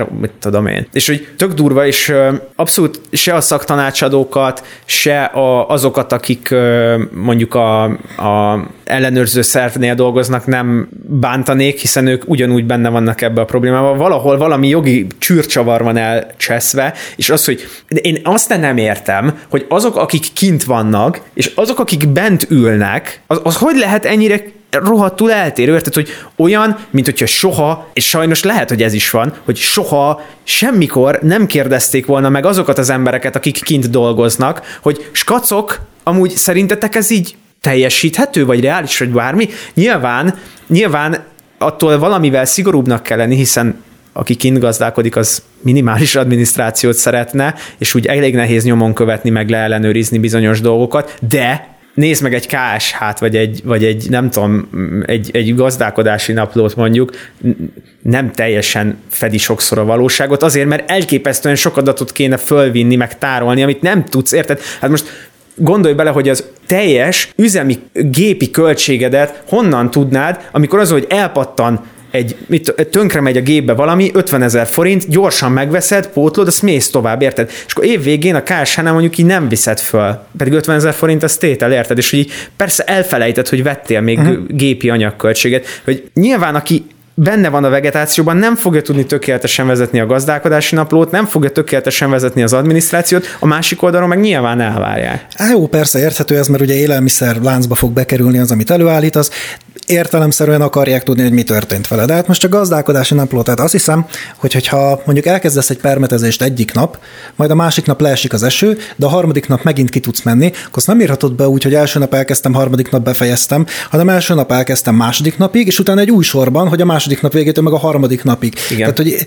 már mit tudom én. És hogy tök durva, és abszolút se a szaktanácsadókat, se azokat, akik mondjuk a ellenőrző szervnél dolgoznak, nem bántanék, hiszen ők ugyanúgy benne vannak ebbe a problémában. Valahol valami jogi csűrcsavar van elcseszve, és az, hogy én azt nem értem, hogy azok, akik kint vannak, és azok, akik bent ülnek, az hogy lehet ennyire rohadtul eltérő, érted, hogy olyan, mint hogyha soha, és sajnos lehet, hogy ez is van, hogy soha, semmikor nem kérdezték volna meg azokat az embereket, akik kint dolgoznak, hogy skacok, amúgy szerintetek ez így teljesíthető, vagy reális, vagy bármi? Nyilván attól valamivel szigorúbbnak kell lenni, hiszen aki kint gazdálkodik, az minimális adminisztrációt szeretne, és úgy elég nehéz nyomon követni, meg leellenőrizni bizonyos dolgokat, de nézd meg egy KSH-t, vagy egy nem tudom, egy gazdálkodási naplót mondjuk, nem teljesen fedi sokszor a valóságot, azért, mert elképesztően sok adatot kéne fölvinni, meg tárolni, amit nem tudsz, érted? Hát most gondolj bele, hogy az teljes üzemi gépi költségedet honnan tudnád, amikor az, hogy elpattan tönkre megy a gépbe valami, 50 000 forint, gyorsan megveszed, pótlod, azt mész tovább, érted? És akkor év végén a KSH-nál mondjuk így nem viszed föl. Pedig 50 000 forint az tétel, érted? És hogy így persze elfelejted, hogy vettél még gépi anyagköltséget. Hogy nyilván, aki benne van a vegetációban, nem fogja tudni tökéletesen vezetni a gazdálkodási naplót, nem fogja tökéletesen vezetni az adminisztrációt, a másik oldalon meg nyilván elvárják. Jó, persze érthető ez, mert ugye élelmiszer láncba fog bekerülni az, amit előállítasz, értelemszerűen akarják tudni, hogy mi történt vele. De hát most a gazdálkodási napló, tehát azt hiszem, hogyha mondjuk elkezdesz egy permetezést egyik nap, majd a másik nap leesik az eső, de a harmadik nap megint ki tudsz menni, akkor azt nem írhatod be úgy, hogy első nap elkezdtem, harmadik nap befejeztem, hanem első nap elkezdtem második napig, és utána egy új sorban, hogy a második nap végétől meg a harmadik napig. Igen. Tehát, hogy...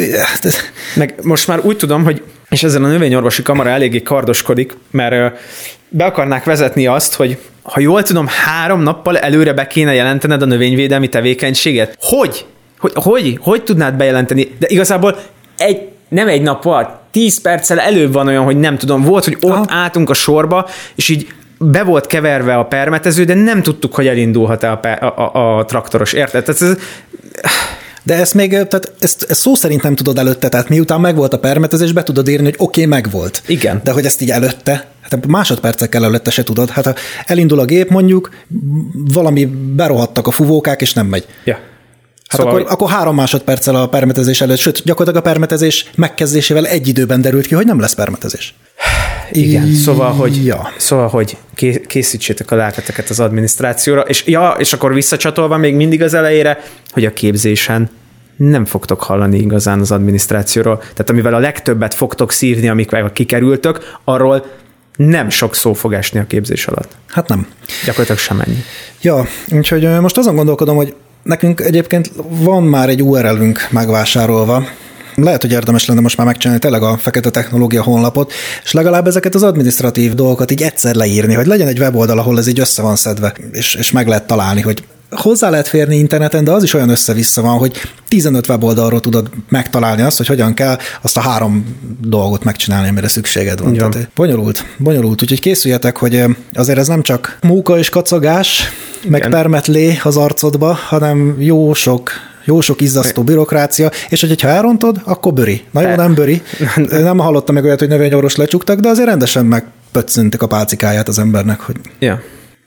Meg most már úgy tudom, hogy és ezzel a növényorvosi kamara eléggé kardoskodik, mert be akarnák vezetni azt, hogy ha jól tudom, 3 nappal előre be kéne jelentened a növényvédelmi tevékenységet. Hogy tudnád bejelenteni? De igazából nem egy nap alatt, 10 perccel előbb van olyan, hogy nem tudom, volt, hogy ott álltunk a sorba, és így be volt keverve a permetező, de nem tudtuk, hogy elindulhat-e a traktoros, érted? De ezt még, tehát ezt szó szerint nem tudod előtte, tehát miután megvolt a permetezés, be tudod írni, hogy oké, megvolt. Igen. De hogy ezt így előtte, hát másodpercekkel előtte se tudod. Hát ha elindul a gép mondjuk, valami berohadtak a fúvókák, és nem megy. Ja. Hát szóval akkor 3 másodperccel a permetezés előtt, sőt, gyakorlatilag a permetezés megkezdésével egy időben derült ki, hogy nem lesz permetezés. Igen, szóval, hogy készítsétek a lelketeket az adminisztrációra, és akkor visszacsatolva még mindig az elejére, hogy a képzésen nem fogtok hallani igazán az adminisztrációról. Tehát amivel a legtöbbet fogtok szívni, amikor kikerültök, arról nem sok szó fog esni a képzés alatt. Hát nem. Gyakorlatilag semennyi. Ja, úgyhogy most azon gondolkodom, hogy nekünk egyébként van már egy URL-ünk megvásárolva. Lehet, hogy érdemes lenne most már megcsinálni tényleg a Fekete Technológia honlapot, és legalább ezeket az adminisztratív dolgokat így egyszer leírni, hogy legyen egy weboldal, ahol ez így össze van szedve, és meg lehet találni, hogy hozzá lehet férni interneten, de az is olyan össze-vissza van, hogy 15 weboldalról tudod megtalálni azt, hogy hogyan kell azt a 3 dolgot megcsinálni, amire szükséged van. Tehát bonyolult, úgyhogy készüljetek, hogy azért ez nem csak móka és kacagás, meg permetlé az arcodba, hanem jó sok izzasztó bürokrácia, és hogyha elrontod, akkor böri. Na jó, nem böri. Nem hallottam meg olyat, hogy növényorvos lecsuktak, de azért rendesen megpöccöntik a pálcikáját az embernek. Hogy... Ja.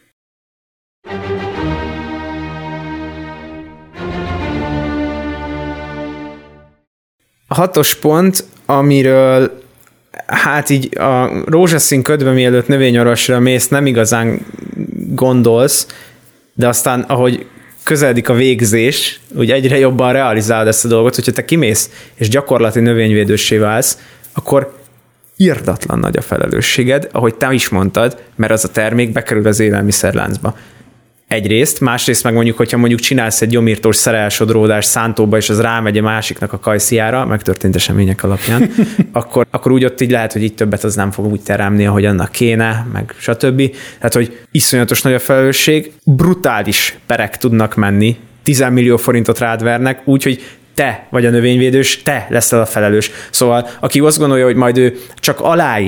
A 6. pont, amiről hát így a rózsaszín ködbe mielőtt növényorvosra mész, nem igazán gondolsz, de aztán ahogy közeledik a végzés, úgy egyre jobban realizálod ezt a dolgot, hogyha te kimész és gyakorlati növényvédőssé válsz, akkor irdatlan nagy a felelősséged, ahogy te is mondtad, mert az a termék bekerül az élelmiszerláncba. Egyrészt, másrészt meg mondjuk, hogyha mondjuk csinálsz egy gyomírtós szerelsodródás szántóba, és az rámegy a másiknak a kajsziára, megtörtént események alapján, akkor úgy ott így lehet, hogy így többet az nem fog úgy teremni, ahogy annak kéne, meg stb. Tehát, hogy iszonyatos nagy a felelősség, brutális perek tudnak menni, 10 millió forintot rád vernek, úgyhogy te vagy a növényvédős, te leszel a felelős. Szóval, aki azt gondolja, hogy majd ő csak aláír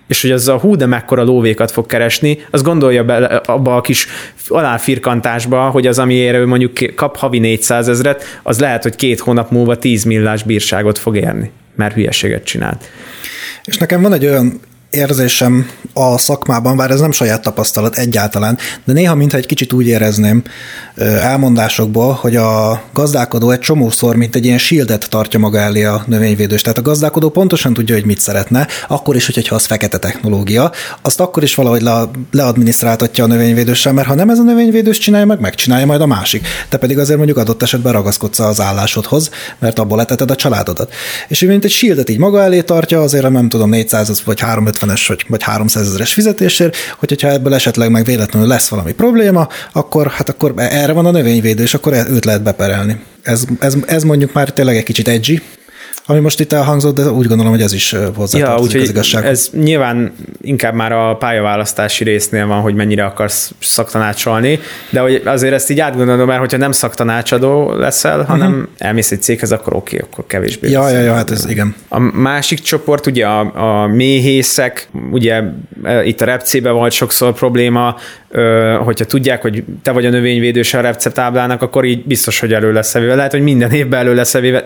és hogy azzal hú, de mekkora lóvékat fog keresni, az gondolja bele abba a kis aláfirkantásba, hogy az, amiért ő mondjuk kap havi 400 000, az lehet, hogy 2 hónap múlva 10 millás bírságot fog érni, mert hülyeséget csinált. És nekem van egy olyan érzésem a szakmában, bár ez nem saját tapasztalat egyáltalán, de néha mintha egy kicsit úgy érezném elmondásokból, hogy a gazdálkodó egy csomószor, mint egy ilyen shieldet tartja maga elé a növényvédős. Tehát a gazdálkodó pontosan tudja, hogy mit szeretne, akkor is, hogyha az fekete technológia, azt akkor is valahogy leadminisztráltatja a növényvédőssel, mert ha nem ez a növényvédős csinálja meg, megcsinálja majd a másik. Te pedig azért mondjuk adott esetben ragaszkodsz az állásodhoz, mert abból leteted a családodat. És mint egy shieldet így maga elé tartja, azért nem tudom, 400 vagy 350-es vagy 300 000-es fizetésért, hogyha ebből esetleg meg véletlenül lesz valami probléma, akkor erre van a növényvédő, és akkor őt lehet beperelni. Ez mondjuk már tényleg egy kicsit edgy, ami most itt elhangzott, de úgy gondolom, hogy ez is hozzátartozik az igazsághoz. Ez nyilván inkább már a pályaválasztási résznél van, hogy mennyire akarsz szaktanácsolni, de hogy azért ezt így átgondolom, mert hogyha nem szaktanácsadó leszel, hanem elmész egy céghez, akkor oké, akkor kevésbé. Ja, hát ez igen. A másik csoport, ugye a méhészek, ugye itt a repcében volt sokszor probléma, hogyha tudják, hogy te vagy a növényvédős a receptáblának, akkor így biztos, hogy elő lesz véve. Lehet, hogy minden évben elő lesz véve,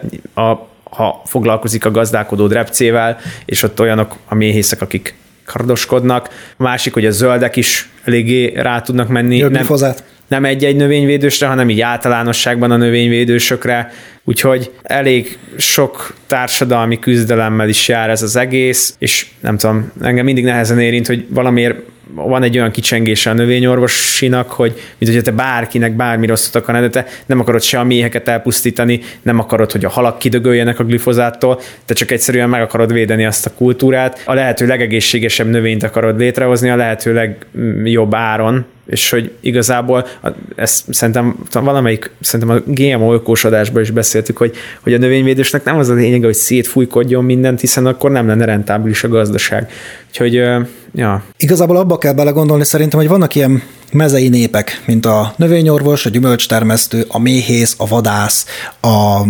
ha foglalkozik a gazdálkodó repcével, és ott olyanok a méhészek, akik kardoskodnak. A másik, hogy a zöldek is eléggé rá tudnak menni. Nem egy-egy növényvédősre, hanem így általánosságban a növényvédősökre. Úgyhogy elég sok társadalmi küzdelemmel is jár ez az egész, és nem tudom, engem mindig nehezen érint, hogy valamiért van egy olyan kicsengése a növényorvosinak, hogy mint hogyha te bárkinek bármi rosszat akarnád, de te nem akarod se a méheket elpusztítani, nem akarod, hogy a halak kidögöljenek a glifozáttól, te csak egyszerűen meg akarod védeni azt a kultúrát, a lehető legegészségesebb növényt akarod létrehozni, a lehető legjobb áron, és hogy igazából ezt szerintem a GMO ökósodásban is beszéltük, hogy a növényvédősnek nem az a lényege, hogy szétfújkodjon mindent, hiszen akkor nem lenne rentábilis a gazdaság. Úgyhogy, ja. Igazából abba kell belegondolni szerintem, hogy vannak ilyen mezei népek, mint a növényorvos, a gyümölcstermesztő, a méhész, a vadász, a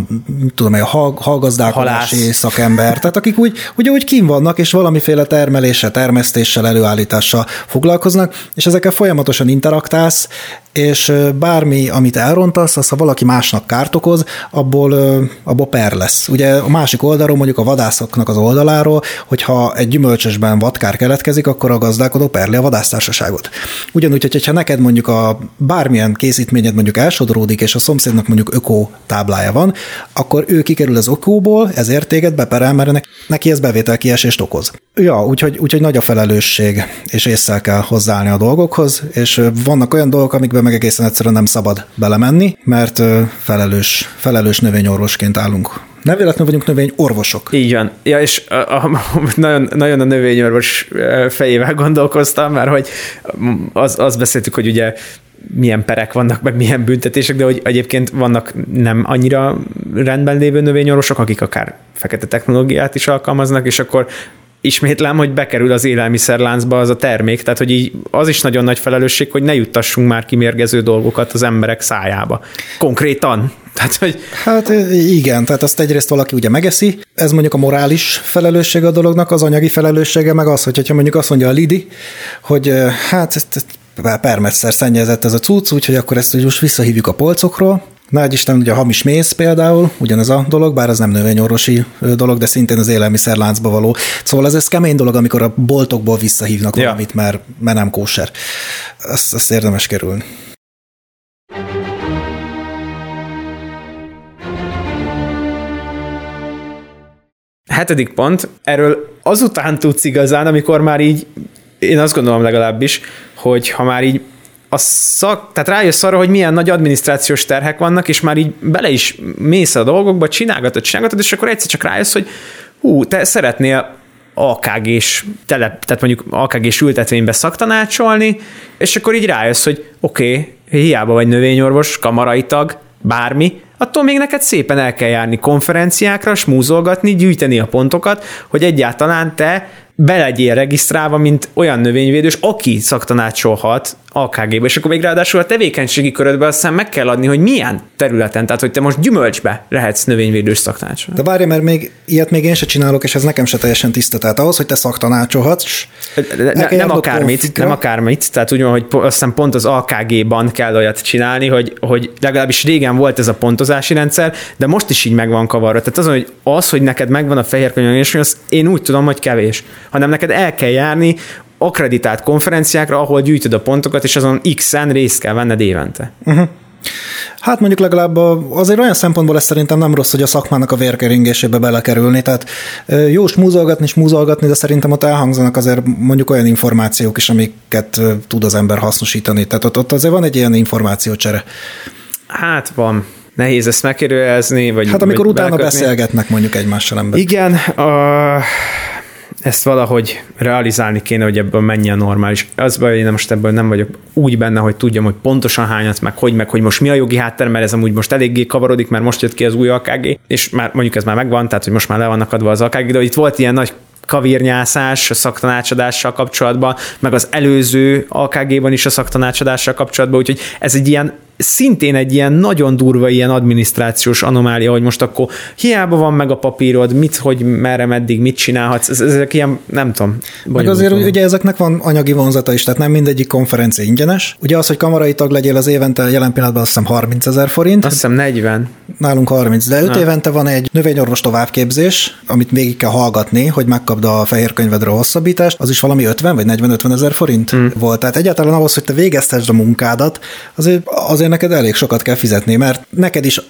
hallgazdálkodási szakember, tehát akik úgy kín vannak, és valamiféle termeléssel, termesztéssel, előállítással foglalkoznak, és ezekkel folyamatosan interaktálsz, és bármi, amit elrontasz, az, ha valaki másnak kárt okoz, abból per lesz. Ugye a másik oldalról, mondjuk a vadászoknak az oldaláról, hogyha egy gyümölcsösben vadkár keletkezik, akkor a gazdálkodó perli a vadásztársaságot. Ugyanúgy, hogyha neked mondjuk a bármilyen készítményed mondjuk elsodródik, és a szomszédnak mondjuk öko táblája van, akkor ő kikerül az ökóból, ezért téged beperel, mert neki ez bevételkiesést okoz. Ja, úgyhogy nagy a felelősség, és ésszel kell hozzáállni a dolgokhoz, és vannak olyan dolgok, amikben meg egészen egyszerűen nem szabad belemenni, mert felelős növényorvosként állunk. Nem véletlenül vagyunk növényorvosok. Így van. Ja, és nagyon a növényorvos fejével gondolkoztam, mert hogy azt beszéltük, hogy ugye milyen perek vannak, meg milyen büntetések, de hogy egyébként vannak nem annyira rendben lévő növényorvosok, akik akár fekete technológiát is alkalmaznak, és akkor ismétlem, hogy bekerül az élelmiszerláncba az a termék, tehát hogy így az is nagyon nagy felelősség, hogy ne juttassunk már kimérgező dolgokat az emberek szájába. Konkrétan. Tehát, hogy... Hát igen, tehát azt egyrészt valaki ugye megeszi, ez mondjuk a morális felelőssége a dolognak, az anyagi felelőssége meg az, hogyha mondjuk azt mondja a Lidi, hogy hát permetszer szennyezett ez a cucc, úgyhogy akkor ezt most visszahívjuk a polcokról. Nagy Isten, ugye a hamis méz például, ugyanez a dolog, bár az nem növényorvosi dolog, de szintén az élelmiszerláncba való. Szóval ez kemény dolog, amikor a boltokból visszahívnak valamit, mert nem kóser. Ezt érdemes kerülni. Hetedik pont, erről azután tudsz igazán, amikor már így, én azt gondolom legalábbis, hogy ha már így tehát rájössz arra, hogy milyen nagy adminisztrációs terhek vannak, és már így bele is mész a dolgokba, csinálgatod, és akkor egyszer csak rájössz, hogy te szeretnél AKG-s tehát mondjuk AKG-s ültetvénybe szaktanácsolni, és akkor így rájössz, hogy oké, hiába vagy növényorvos, kamarai tag, bármi, attól még neked szépen el kell járni konferenciákra, smúzolgatni, gyűjteni a pontokat, hogy egyáltalán te be legyél regisztrálva, mint olyan növényvédős, aki szaktanácsolhat AKG-be, és akkor még ráadásul a tevékenységi körödben aztán meg kell adni, hogy milyen területen, tehát hogy te most gyümölcsbe lehetsz növényvédős szaktanácsoló. De várj, mert ilyet még én se csinálok, és ez nekem se teljesen tiszta. Tehát ahhoz, hogy te szaktanácsolhatsz, nem akármit, tehát úgy van, hogy aztán pont az AKG-ban kell olyat csinálni, hogy legalábbis régen volt ez a pontozási rendszer, de most is így meg van kavarva. Tehát hogy neked megvan a fehér könyv, és azt én úgy tudom, hogy kevés, hanem neked el kell járni akkreditált konferenciákra, ahol gyűjtöd a pontokat, és azon X-en részt kell venned évente. Uh-huh. Hát mondjuk legalább azért olyan szempontból ez szerintem nem rossz, hogy a szakmának a vérkeringésébe belekerülni, tehát jó smúzolgatni, de szerintem ott elhangzanak azért mondjuk olyan információk is, amiket tud az ember hasznosítani, tehát ott azért van egy ilyen információcsere. Hát van. Nehéz ezt megkérdőjelezni, vagy hát amikor utána beszélgetnek mondjuk egymással ember. Igen, ezt valahogy realizálni kéne, hogy ebből mennyi a normális. Az baj, én most ebből nem vagyok úgy benne, hogy tudjam, hogy pontosan hányat, meg hogy most mi a jogi háttér, mert ez amúgy most eléggé kavarodik, mert most jött ki az új AKG, és már mondjuk ez már megvan, tehát hogy most már le vannak adva az AKG, de itt volt ilyen nagy kavírnyászás a szaktanácsadással kapcsolatban, meg az előző AKG-ban is a szaktanácsadással kapcsolatban, úgyhogy ez szintén egy ilyen nagyon durva ilyen adminisztrációs anomália, hogy most akkor hiába van meg a papírod, merre, meddig, mit csinálhatsz, ezek ilyen, nem tudom. Meg azért ugye ezeknek van anyagi vonzata is, tehát nem mindegyik konferencia ingyenes. Ugye az, hogy kamarai tag legyél az évente, jelen pillanatban azt hiszem 30 000 forint. Azt hiszem 40. Nálunk 30, de 5 évente van egy növényorvos továbbképzés, amit végig kell hallgatni, hogy megkapd a fehér könyvedre a hosszabbítást, az is valami 50 vagy 40-50 000 forint volt. Tehát egyáltalán ahhoz, hogy te végeztesd a munkádat, azért neked elég sokat kell fizetni, mert neked is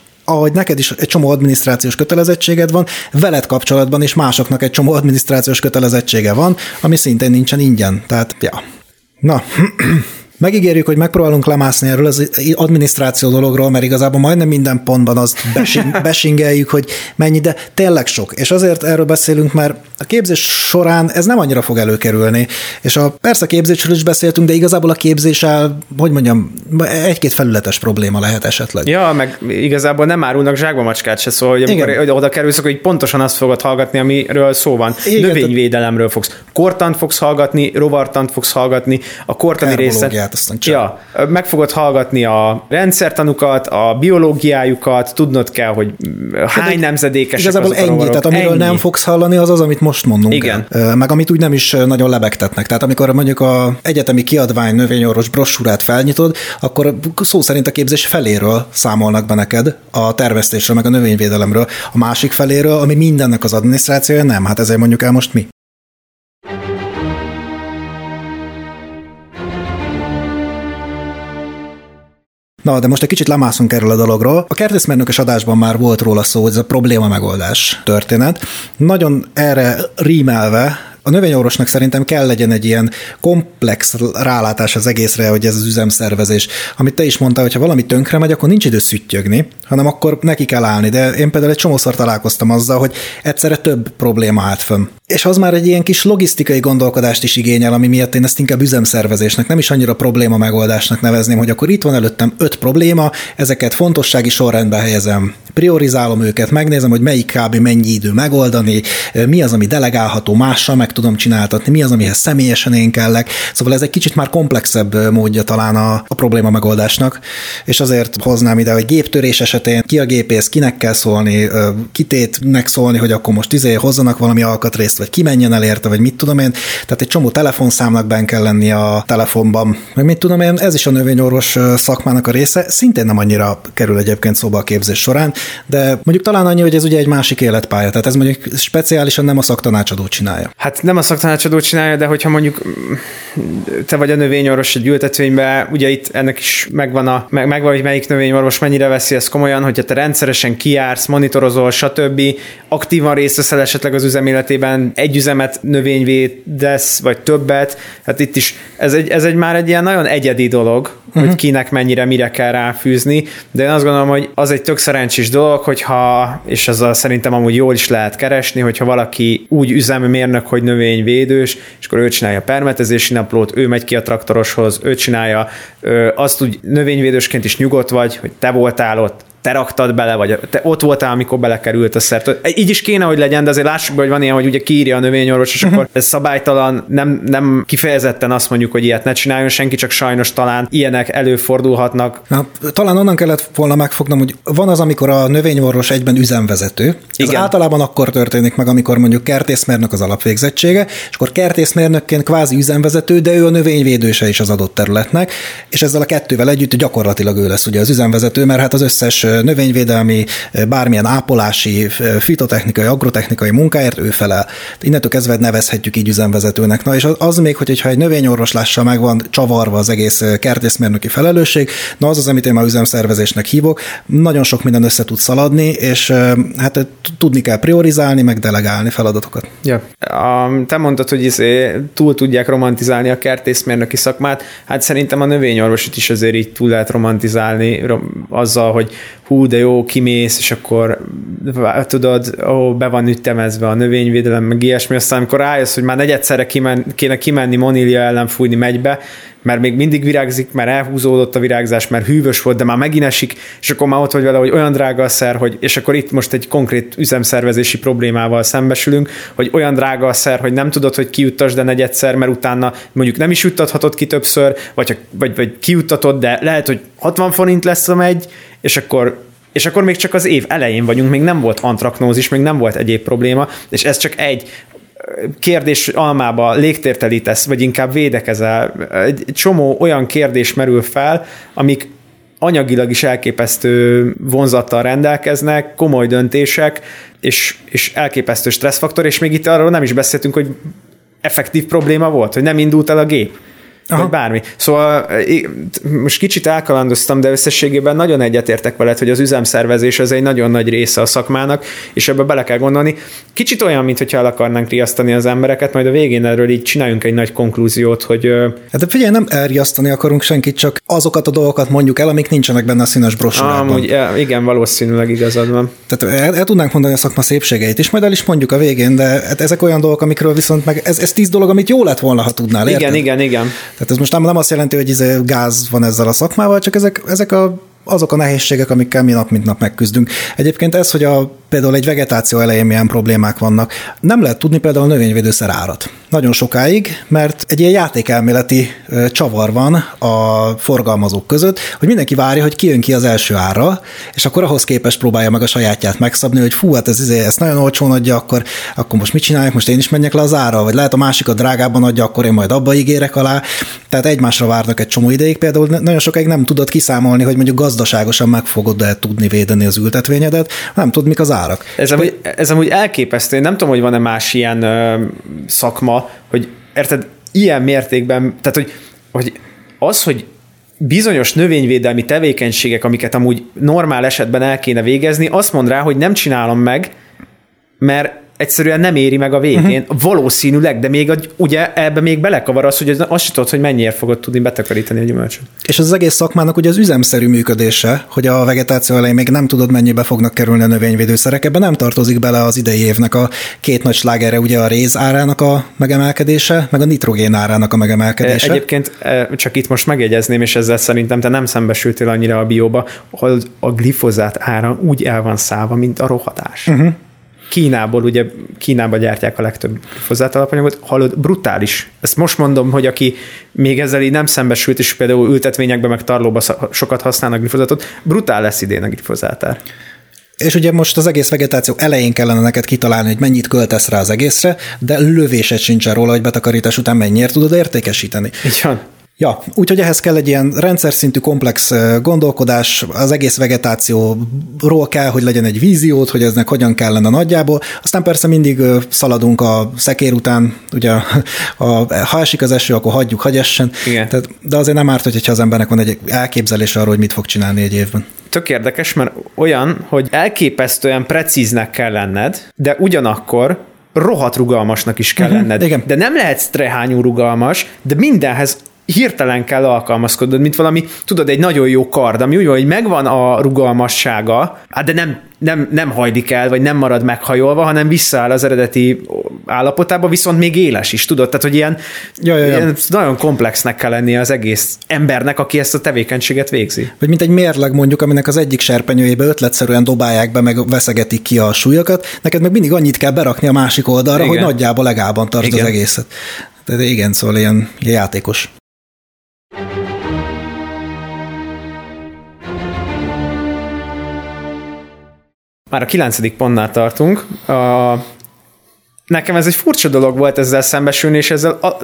egy csomó adminisztrációs kötelezettséged van, veled kapcsolatban is másoknak egy csomó adminisztrációs kötelezettsége van, ami szintén nincsen ingyen. Tehát, ja. Na, megígérjük, hogy megpróbálunk lemászni erről az adminisztráció dologról, mert igazából majdnem minden pontban azt besingeljük, hogy mennyi, de tényleg sok. És azért erről beszélünk, mert a képzés során ez nem annyira fog előkerülni. És persze a képzésről is beszéltünk, de igazából a képzéssel, hogy mondjam, egy-két felületes probléma lehet esetleg. Ja, meg igazából nem árulnak zsákba macskát se, szóval, hogy amikor oda kerülsz, akkor pontosan azt fogod hallgatni, amiről szó van. Igen, növényvédelemről fogsz. Kortant fogsz hallgatni, rovartant fogsz hallgatni, a kortani részet. Ja, meg fogod hallgatni a rendszertanukat, a biológiájukat, tudnod kell, hogy hány nemzedékesek igazából azok a rovarok. Tehát amiről nem fogsz hallani, az, amit most mondunk. Igen. Meg amit úgy nem is nagyon lebegtetnek. Tehát amikor mondjuk a egyetemi kiadvány növényorvos brossúrát felnyitod, akkor szó szerint a képzés feléről számolnak be neked a termesztésről, meg a növényvédelemről. A másik feléről, ami mindennek az adminisztrációja, nem. Hát ezért mondjuk el most mi. Na, de most egy kicsit lemászunk erről a dologról. A kertészmérnökös adásban már volt róla szó, hogy ez a probléma megoldás történet. Nagyon erre rímelve, a növényorvosnak szerintem kell legyen egy ilyen komplex rálátás az egészre, hogy ez az üzemszervezés. Amit te is mondtál, hogy ha valami tönkre megy, akkor nincs idő szüttyögni, hanem akkor neki kell állni. De én például egy csomószor találkoztam azzal, hogy egyszerre több probléma állt fönn. És az már egy ilyen kis logisztikai gondolkodást is igényel, ami miatt én ezt inkább üzemszervezésnek, nem is annyira probléma megoldásnak nevezném, hogy akkor itt van előttem 5 probléma, ezeket fontossági sorrendbe helyezem, priorizálom őket, megnézem, hogy melyik kb. Mennyi idő megoldani, mi az, ami delegálható, mással meg tudom csináltatni, mi az, amihez személyesen én kellek. Szóval ez egy kicsit már komplexebb módja talán a probléma megoldásnak, és azért hoznám ide, hogy géptörés esetén ki a gépész, kinek kell szólni, kitétnek szólni, hogy akkor most hozzanak valami alkatrészt, vagy ki menjen el érte, vagy mit tudom én. Tehát egy csomó telefonszámnak benn kell lenni a telefonban. Meg mit tudom én, ez is a növényorvos szakmának a része. Szintén nem annyira kerül egyébként szóba a képzés során, de mondjuk talán annyi, hogy ez ugye egy másik életpálya. Tehát ez mondjuk speciálisan nem a szaktanácsadó csinálja. Hát nem a szaktanácsadó csinálja, de hogyha mondjuk te vagy a növényorvos egy ültetvényben, ugye itt ennek is megvan, hogy melyik növényorvos mennyire veszi ezt komolyan, hogyha te rendszeresen kijársz, monitorozol, stb. Aktívan részt veszel esetleg az üzem életében, egy üzemet növényvédesz, vagy többet, hát itt is ez egy már egy ilyen nagyon egyedi dolog, hogy kinek mennyire, mire kell ráfűzni, de én azt gondolom, hogy az egy tök szerencsés dolog, hogyha, és azzal szerintem amúgy jól is lehet keresni, hogyha valaki úgy üzemmérnök, hogy növényvédős, és akkor ő csinálja a permetezési naplót, ő megy ki a traktoroshoz, ő csinálja, azt úgy növényvédősként is nyugodt vagy, hogy te voltál ott, te raktad bele, vagy te ott voltál, amikor belekerült a szer. Így is kéne, hogy legyen, de azért lássuk be, hogy van ilyen, hogy ugye kiírja a növényorvos, és akkor ez szabálytalan, nem kifejezetten azt mondjuk, hogy ilyet ne csináljon senki, csak sajnos talán ilyenek előfordulhatnak. Na, talán onnan kellett volna megfognom, hogy van az, amikor a növényorvos egyben üzemvezető. Ez általában akkor történik meg, amikor mondjuk kertészmérnök az alapvégzettsége, és akkor kertészmérnökként kvázi üzemvezető, de ő a növényvédőse is az adott területnek, és ezzel a kettővel együtt gyakorlatilag ő lesz ugye az üzemvezető, mert hát az összes növényvédelmi, bármilyen ápolási, fitotechnikai, agrotechnikai munkáért ő felel. Innentől kezdve nevezhetjük így üzemvezetőnek. Na és az még, hogyha egy növényorvoslással meg van csavarva az egész kertészmérnöki felelősség, na az, amit én már üzemszervezésnek hívok, nagyon sok minden össze tud szaladni, és hát tudni kell priorizálni, meg delegálni feladatokat. Ja. Te mondtad, hogy túl tudják romantizálni a kertészmérnöki szakmát, hát szerintem a növényorvosit is azért így túl lehet romantizálni azzal, hogy hú, de jó, kimész, és akkor tudod, be van ütemezve a növényvédelem, meg ilyesmi, aztán amikor rájössz, hogy már negyedszerre kéne kimenni Monília ellen fújni megybe, mert még mindig virágzik, mert elhúzódott a virágzás, mert hűvös volt, de már megint esik, és akkor már ott vagy vele, hogy olyan drága a szer, hogy, és akkor itt most egy konkrét üzemszervezési problémával szembesülünk, hogy olyan drága a szer, hogy nem tudod, hogy kijuttasd de negyedszer, mert utána mondjuk nem is juttathatod ki többször, vagy kijuttatod, de lehet, hogy 60 forint lesz a megy, és akkor még csak az év elején vagyunk, még nem volt antraknózis, még nem volt egyéb probléma, és ez csak egy kérdés almába légtértelítesz, vagy inkább védekezel. Egy csomó olyan kérdés merül fel, amik anyagilag is elképesztő vonzattal rendelkeznek, komoly döntések, és elképesztő stresszfaktor, és még itt arról nem is beszéltünk, hogy effektív probléma volt, hogy nem indult el a gép. Vagy bármi. Szóval most kicsit elkalandoztam, de összességében nagyon egyetértek veled, hogy az üzemszervezés az egy nagyon nagy része a szakmának, és ebbe bele kell gondolni. Kicsit olyan, mintha el akarnánk riasztani az embereket, majd a végén erről így csináljunk egy nagy konklúziót, hogy... Hát figyelj, nem elriasztani akarunk senkit, csak azokat a dolgokat mondjuk el, amik nincsenek benne a színes brosúrában. Amúgy, igen, valószínűleg igazad van. Tehát el tudnánk mondani a szakma szépségeit is, majd el is mondjuk a végén, de hát ezek olyan dolgok, amikről viszont meg ez 10 dolog, amit jó lett volna, ha tudnál, érted? Igen. Tehát ez most nem azt jelenti, hogy gáz van ezzel a szakmával, csak ezek azok a nehézségek, amikkel mi nap mint nap megküzdünk. Egyébként ez, hogy például egy vegetáció elején milyen problémák vannak, nem lehet tudni például a növényvédőszer árat. Nagyon sokáig, mert egy ilyen játékelméleti csavar van a forgalmazók között, hogy mindenki várja, hogy kijön ki az első ára, és akkor ahhoz képest próbálja meg a sajátját megszabni, hogy fú, hát ez nagyon olcsón adja, akkor most mit csinálják, most én is menjek le az ára, vagy lehet a másikat drágábban adja, akkor én majd abba ígérek alá. Tehát egymásra várnak egy csomó ideig. Például nagyon sokáig nem tudod kiszámolni, hogy mondjuk gazdaságosan meg fogod tudni védeni az ültetvényedet, nem tudod, mik az árak. Ez amúgy elképesztő. Én nem tudom, hogy van-e más ilyen szakma, hogy érted, ilyen mértékben, tehát hogy bizonyos növényvédelmi tevékenységek, amiket amúgy normál esetben el kéne végezni, azt mond rá, hogy nem csinálom meg, mert egyszerűen nem éri meg a végén, valószínűleg, de még ugye ebbe még belekavar az, hogy azt sem tudod, hogy mennyiért fogod tudni betakarítani a gyümölcsöt. És az egész szakmának ugye az üzemszerű működése, hogy a vegetáció elején még nem tudod, mennyibe fognak kerülni a növényvédőszerek, ebben nem tartozik bele az idei évnek a két nagy slágerre, ugye a réz árának a megemelkedése, meg a nitrogén árának a megemelkedése. Egyébként csak itt most megjegyezném, és ezzel szerintem te nem szembesültél annyira a bióba, hogy a glifozát ára úgy el van szállva, mint a rohadás. Kínába gyártják a legtöbb glifozát alapanyagot, hallod, brutális. Ezt most mondom, hogy aki még ezzel így nem szembesült, és például ültetvényekben meg tarlóba sokat használnak glifozátot, brutál lesz idén a glifozátár. És ugye most az egész vegetáció elején kellene neked kitalálni, hogy mennyit költesz rá az egészre, de lövésed sincsen róla, hogy betakarítás után mennyire tudod értékesíteni. Így van. Ja, úgyhogy ehhez kell egy ilyen rendszer szintű komplex gondolkodás, az egész vegetációról kell, hogy legyen egy víziót, hogy eznek hogyan kellene nagyjából. Aztán persze mindig szaladunk a szekér után, ugye ha esik az eső, akkor hagyjuk, hagy essen. De azért nem árt, hogyha az embernek van egy elképzelése arról, hogy mit fog csinálni egy évben. Tök érdekes, mert olyan, hogy elképesztően precíznek kell lenned, de ugyanakkor rohadt rugalmasnak is kell lenned. Igen. De nem lehetsz trehányú rugalmas, de mindenhez hirtelen kell alkalmazkodnod, mint valami, tudod, egy nagyon jó kard, ami úgy van, hogy megvan a rugalmassága, de nem hajlik el, vagy nem marad meghajolva, hanem visszaáll az eredeti állapotába, viszont még éles is, tudod? Tehát, hogy ilyen nagyon komplexnek kell lennie az egész embernek, aki ezt a tevékenységet végzi. Vagy mint egy mérleg mondjuk, aminek az egyik serpenyőjébe ötletszerűen dobálják be, meg veszegetik ki a súlyokat, neked meg mindig annyit kell berakni a másik oldalra, hogy nagyjából legálban tartsd az egészet. Tehát igen, szóval ilyen játékos. Már a 9. pontnál tartunk. Nekem ez egy furcsa dolog volt ezzel szembesülni, és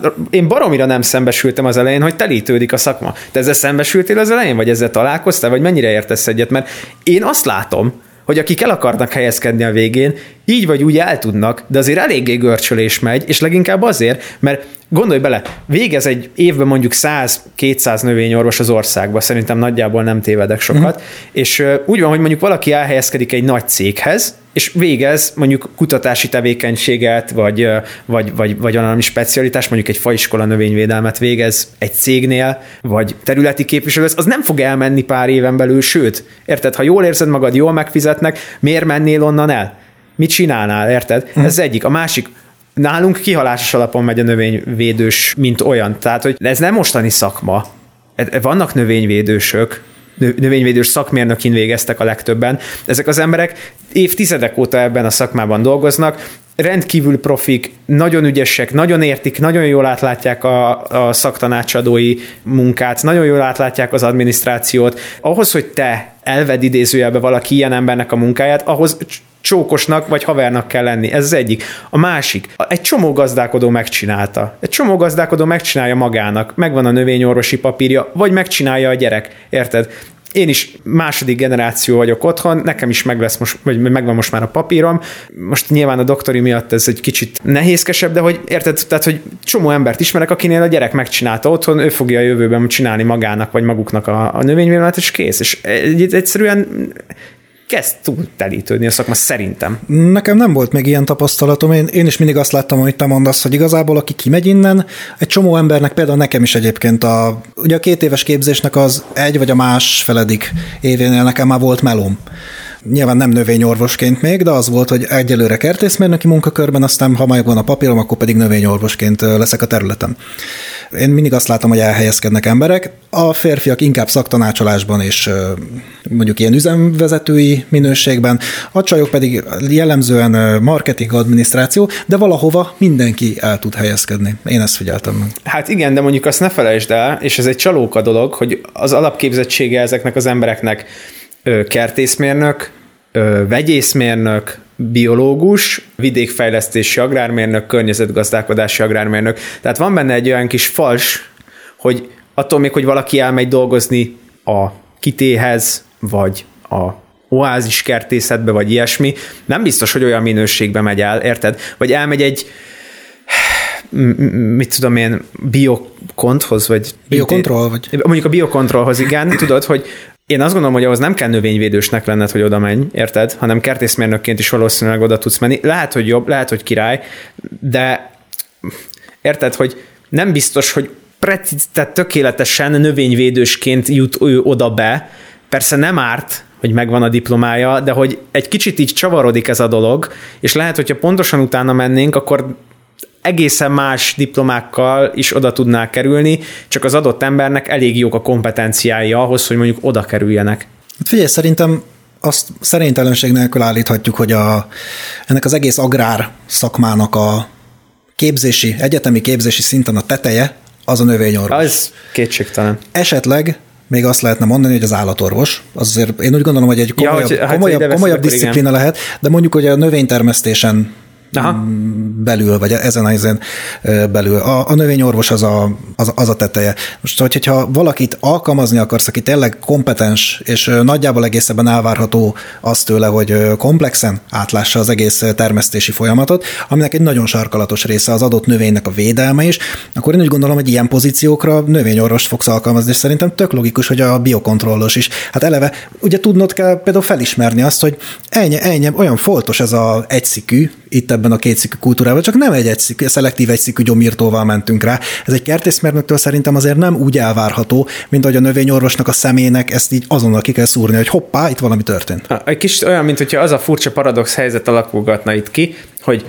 én baromira nem szembesültem az elején, hogy telítődik a szakma. Te ezzel szembesültél az elején, vagy ezzel találkoztál, vagy mennyire értesz egyet? Mert én azt látom, hogy akik el akarnak helyezkedni a végén, így vagy úgy el tudnak, de azért eléggé görcsölés megy, és leginkább azért, mert gondolj bele, végez egy évben mondjuk 100-200 növényorvos az országban, szerintem nagyjából nem tévedek sokat, és úgy van, hogy mondjuk valaki elhelyezkedik egy nagy céghez, és végez mondjuk kutatási tevékenységet, vagy valami specialitás, mondjuk egy faiskola növényvédelmet végez egy cégnél, vagy területi képviselő, az nem fog elmenni pár éven belül, sőt, érted, ha jól érzed magad, jól megfizetnek, miért mennél onnan el? Mit csinálnál, érted? Ez egyik. A másik, nálunk kihalásos alapon megy a növényvédős, mint olyan. Tehát, hogy ez nem mostani szakma. Vannak növényvédősök, növényvédős szakmérnökin végeztek a legtöbben. Ezek az emberek évtizedek óta ebben a szakmában dolgoznak, rendkívül profik, nagyon ügyesek, nagyon értik, nagyon jól átlátják a szaktanácsadói munkát, nagyon jól átlátják az adminisztrációt. Ahhoz, hogy te elvedd idézőjelbe valaki ilyen embernek a munkáját, ahhoz csókosnak vagy havernak kell lenni. Ez az egyik. A másik, egy csomó gazdálkodó megcsinálta. Egy csomó gazdálkodó megcsinálja magának. Megvan a növényorvosi papírja, vagy megcsinálja a gyerek. Érted? Én is második generáció vagyok otthon, nekem is megvan most már a papírom. Most nyilván a doktori miatt ez egy kicsit nehézkesebb, de hogy érted, tehát, hogy csomó embert ismerek, akinél a gyerek megcsinálta otthon, ő fogja a jövőben csinálni magának, vagy maguknak a növényvédelmet, és kész. És egyszerűen kezd túl telítődni a szakma, szerintem. Nekem nem volt még ilyen tapasztalatom. Én is mindig azt láttam, amit te mondasz, hogy igazából aki kimegy innen, egy csomó embernek, például nekem is egyébként ugye a 2 éves képzésnek az egy vagy a másfeledik événél nekem már volt melóm. Nyilván nem növényorvosként még, de az volt, hogy egyelőre kertészmérnöki munkakörben, aztán ha majd van a papírom, akkor pedig növényorvosként leszek a területen. Én mindig azt látom, hogy elhelyezkednek emberek, a férfiak inkább szaktanácsolásban és mondjuk ilyen üzemvezetői minőségben, a csajok pedig jellemzően marketing, adminisztráció, de valahova mindenki el tud helyezkedni. Én ezt figyeltem meg. Hát igen, de mondjuk azt ne felejtsd el, és ez egy csalóka dolog, hogy az alapképzettsége ezeknek az embereknek kertészmérnök, vegyészmérnök, biológus, vidékfejlesztési agrármérnök, környezetgazdálkodási agrármérnök. Tehát van benne egy olyan kis fals, hogy attól még, hogy valaki elmegy dolgozni a kitéhez, vagy a oázis kertészetbe, vagy ilyesmi, nem biztos, hogy olyan minőségbe megy el, érted? Vagy elmegy egy mit tudom én, biokonthoz, vagy... Biokontroll, vagy? Mondjuk a biokontrollhoz, igen, tudod, hogy én azt gondolom, hogy ahhoz nem kell növényvédősnek lenned, hogy oda menj, érted? Hanem kertészmérnökként is valószínűleg oda tudsz menni. Lehet, hogy jobb, lehet, hogy király, de érted, hogy nem biztos, hogy tehát tökéletesen növényvédősként jut ő oda be. Persze nem árt, hogy megvan a diplomája, de hogy egy kicsit így csavarodik ez a dolog, és lehet, hogyha pontosan utána mennénk, akkor egészen más diplomákkal is oda tudnák kerülni, csak az adott embernek elég jók a kompetenciái ahhoz, hogy mondjuk oda kerüljenek. Figyelj, szerintem azt szerénytelenség nélkül állíthatjuk, hogy ennek az egész agrár szakmának a egyetemi képzési szinten a teteje az a növényorvos. Az kétségtelen. Esetleg még azt lehetne mondani, hogy az állatorvos. Az azért én úgy gondolom, hogy egy komolyabb diszciplína lehet, de mondjuk, hogy a növénytermesztésen belül, vagy ezen a ezen belül. A növényorvos az a teteje. Most, hogyha valakit alkalmazni akarsz, aki tényleg kompetens, és nagyjából egészében elvárható az tőle, hogy komplexen átlássa az egész termesztési folyamatot, aminek egy nagyon sarkalatos része az adott növénynek a védelme is, akkor én úgy gondolom, hogy ilyen pozíciókra növényorvost fogsz alkalmazni, és szerintem tök logikus, hogy a biokontrollos is. Hát eleve, ugye tudnod kell például felismerni azt, hogy ennyi olyan foltos ez a egyszikű itt ebben a kétszikű kultúrában, csak nem egy szelektív egyszikű gyomírtóval mentünk rá. Ez egy kertészmérnöktől szerintem azért nem úgy elvárható, mint hogy a növényorvosnak a szemének ezt így azonnal ki kell szúrni, hogy hoppá, itt valami történt. Egy kicsit olyan, mint hogyha az a furcsa paradox helyzet alakulgatna itt ki, hogy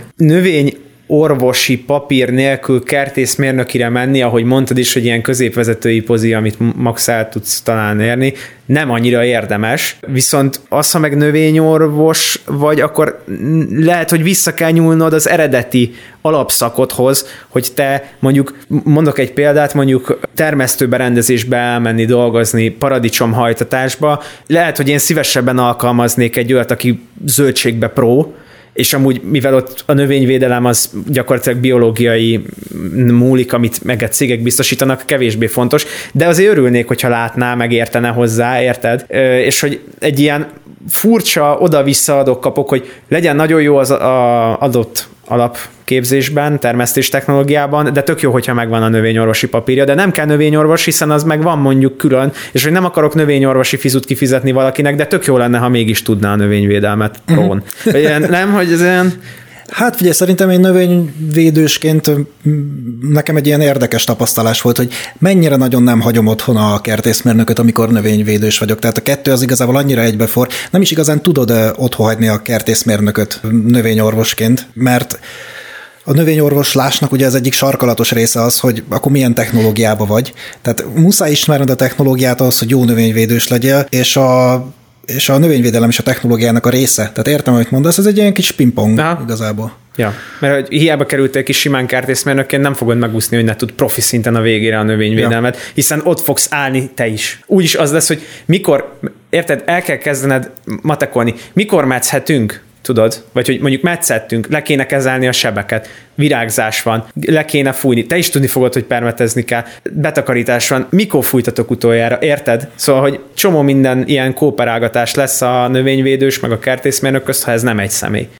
orvosi papír nélkül kertészmérnökire menni, ahogy mondtad is, hogy ilyen középvezetői pozi, amit max el tudsz talán érni, nem annyira érdemes. Viszont az, ha meg növényorvos vagy, akkor lehet, hogy vissza kell nyúlnod az eredeti alapszakodhoz, hogy te mondok egy példát, mondjuk termesztőberendezésbe elmenni dolgozni, paradicsomhajtatásba. Lehet, hogy én szívesebben alkalmaznék egy olyat, aki zöldségbe pro, és amúgy, mivel ott a növényvédelem az gyakorlatilag biológiai múlik, amit meg a cégek biztosítanak, kevésbé fontos, de azért örülnék, hogyha látná, meg értene hozzá, érted? És hogy egy ilyen furcsa oda-vissza adok-kapok, hogy legyen nagyon jó az adott alapképzésben, termesztés technológiában, de tök jó, hogyha megvan a növényorvosi papírja, de nem kell növényorvos, hiszen az meg van mondjuk külön, és hogy nem akarok növényorvosi fizut kifizetni valakinek, de tök jó lenne, ha mégis tudná a növényvédelmet prón. Nem, hogy ez ilyen... Hát figyelj, szerintem én növényvédősként nekem egy ilyen érdekes tapasztalás volt, hogy mennyire nagyon nem hagyom otthon a kertészmérnököt, amikor növényvédős vagyok. Tehát a kettő az igazából annyira egybefor. Nem is igazán tudod otthon hagyni a kertészmérnököt növényorvosként, mert a növényorvoslásnak ugye az egyik sarkalatos része az, hogy akkor milyen technológiába vagy. Tehát muszáj ismerned a technológiát ahhoz, hogy jó növényvédős legyél, és a növényvédelem is a technológiának a része. Tehát értem, amit mondasz, ez egy ilyen kis pingpong igazából. Ja, mert hiába kerültél kis simán kertészmérnökként, nem fogod megúszni, hogy ne tud profi szinten a végére a növényvédelmet, hiszen ott fogsz állni te is. Úgyis az lesz, hogy mikor, érted, el kell kezdened matekolni, mikor metszhetünk, tudod? Vagy hogy mondjuk metszettünk, le kéne kezelni a sebeket, virágzás van, le kéne fújni, te is tudni fogod, hogy permetezni kell, betakarítás van, mikor fújtatok utoljára, érted? Szóval, hogy csomó minden ilyen kooperálgatás lesz a növényvédős, meg a kertészmérnök közt, ha ez nem egy személy.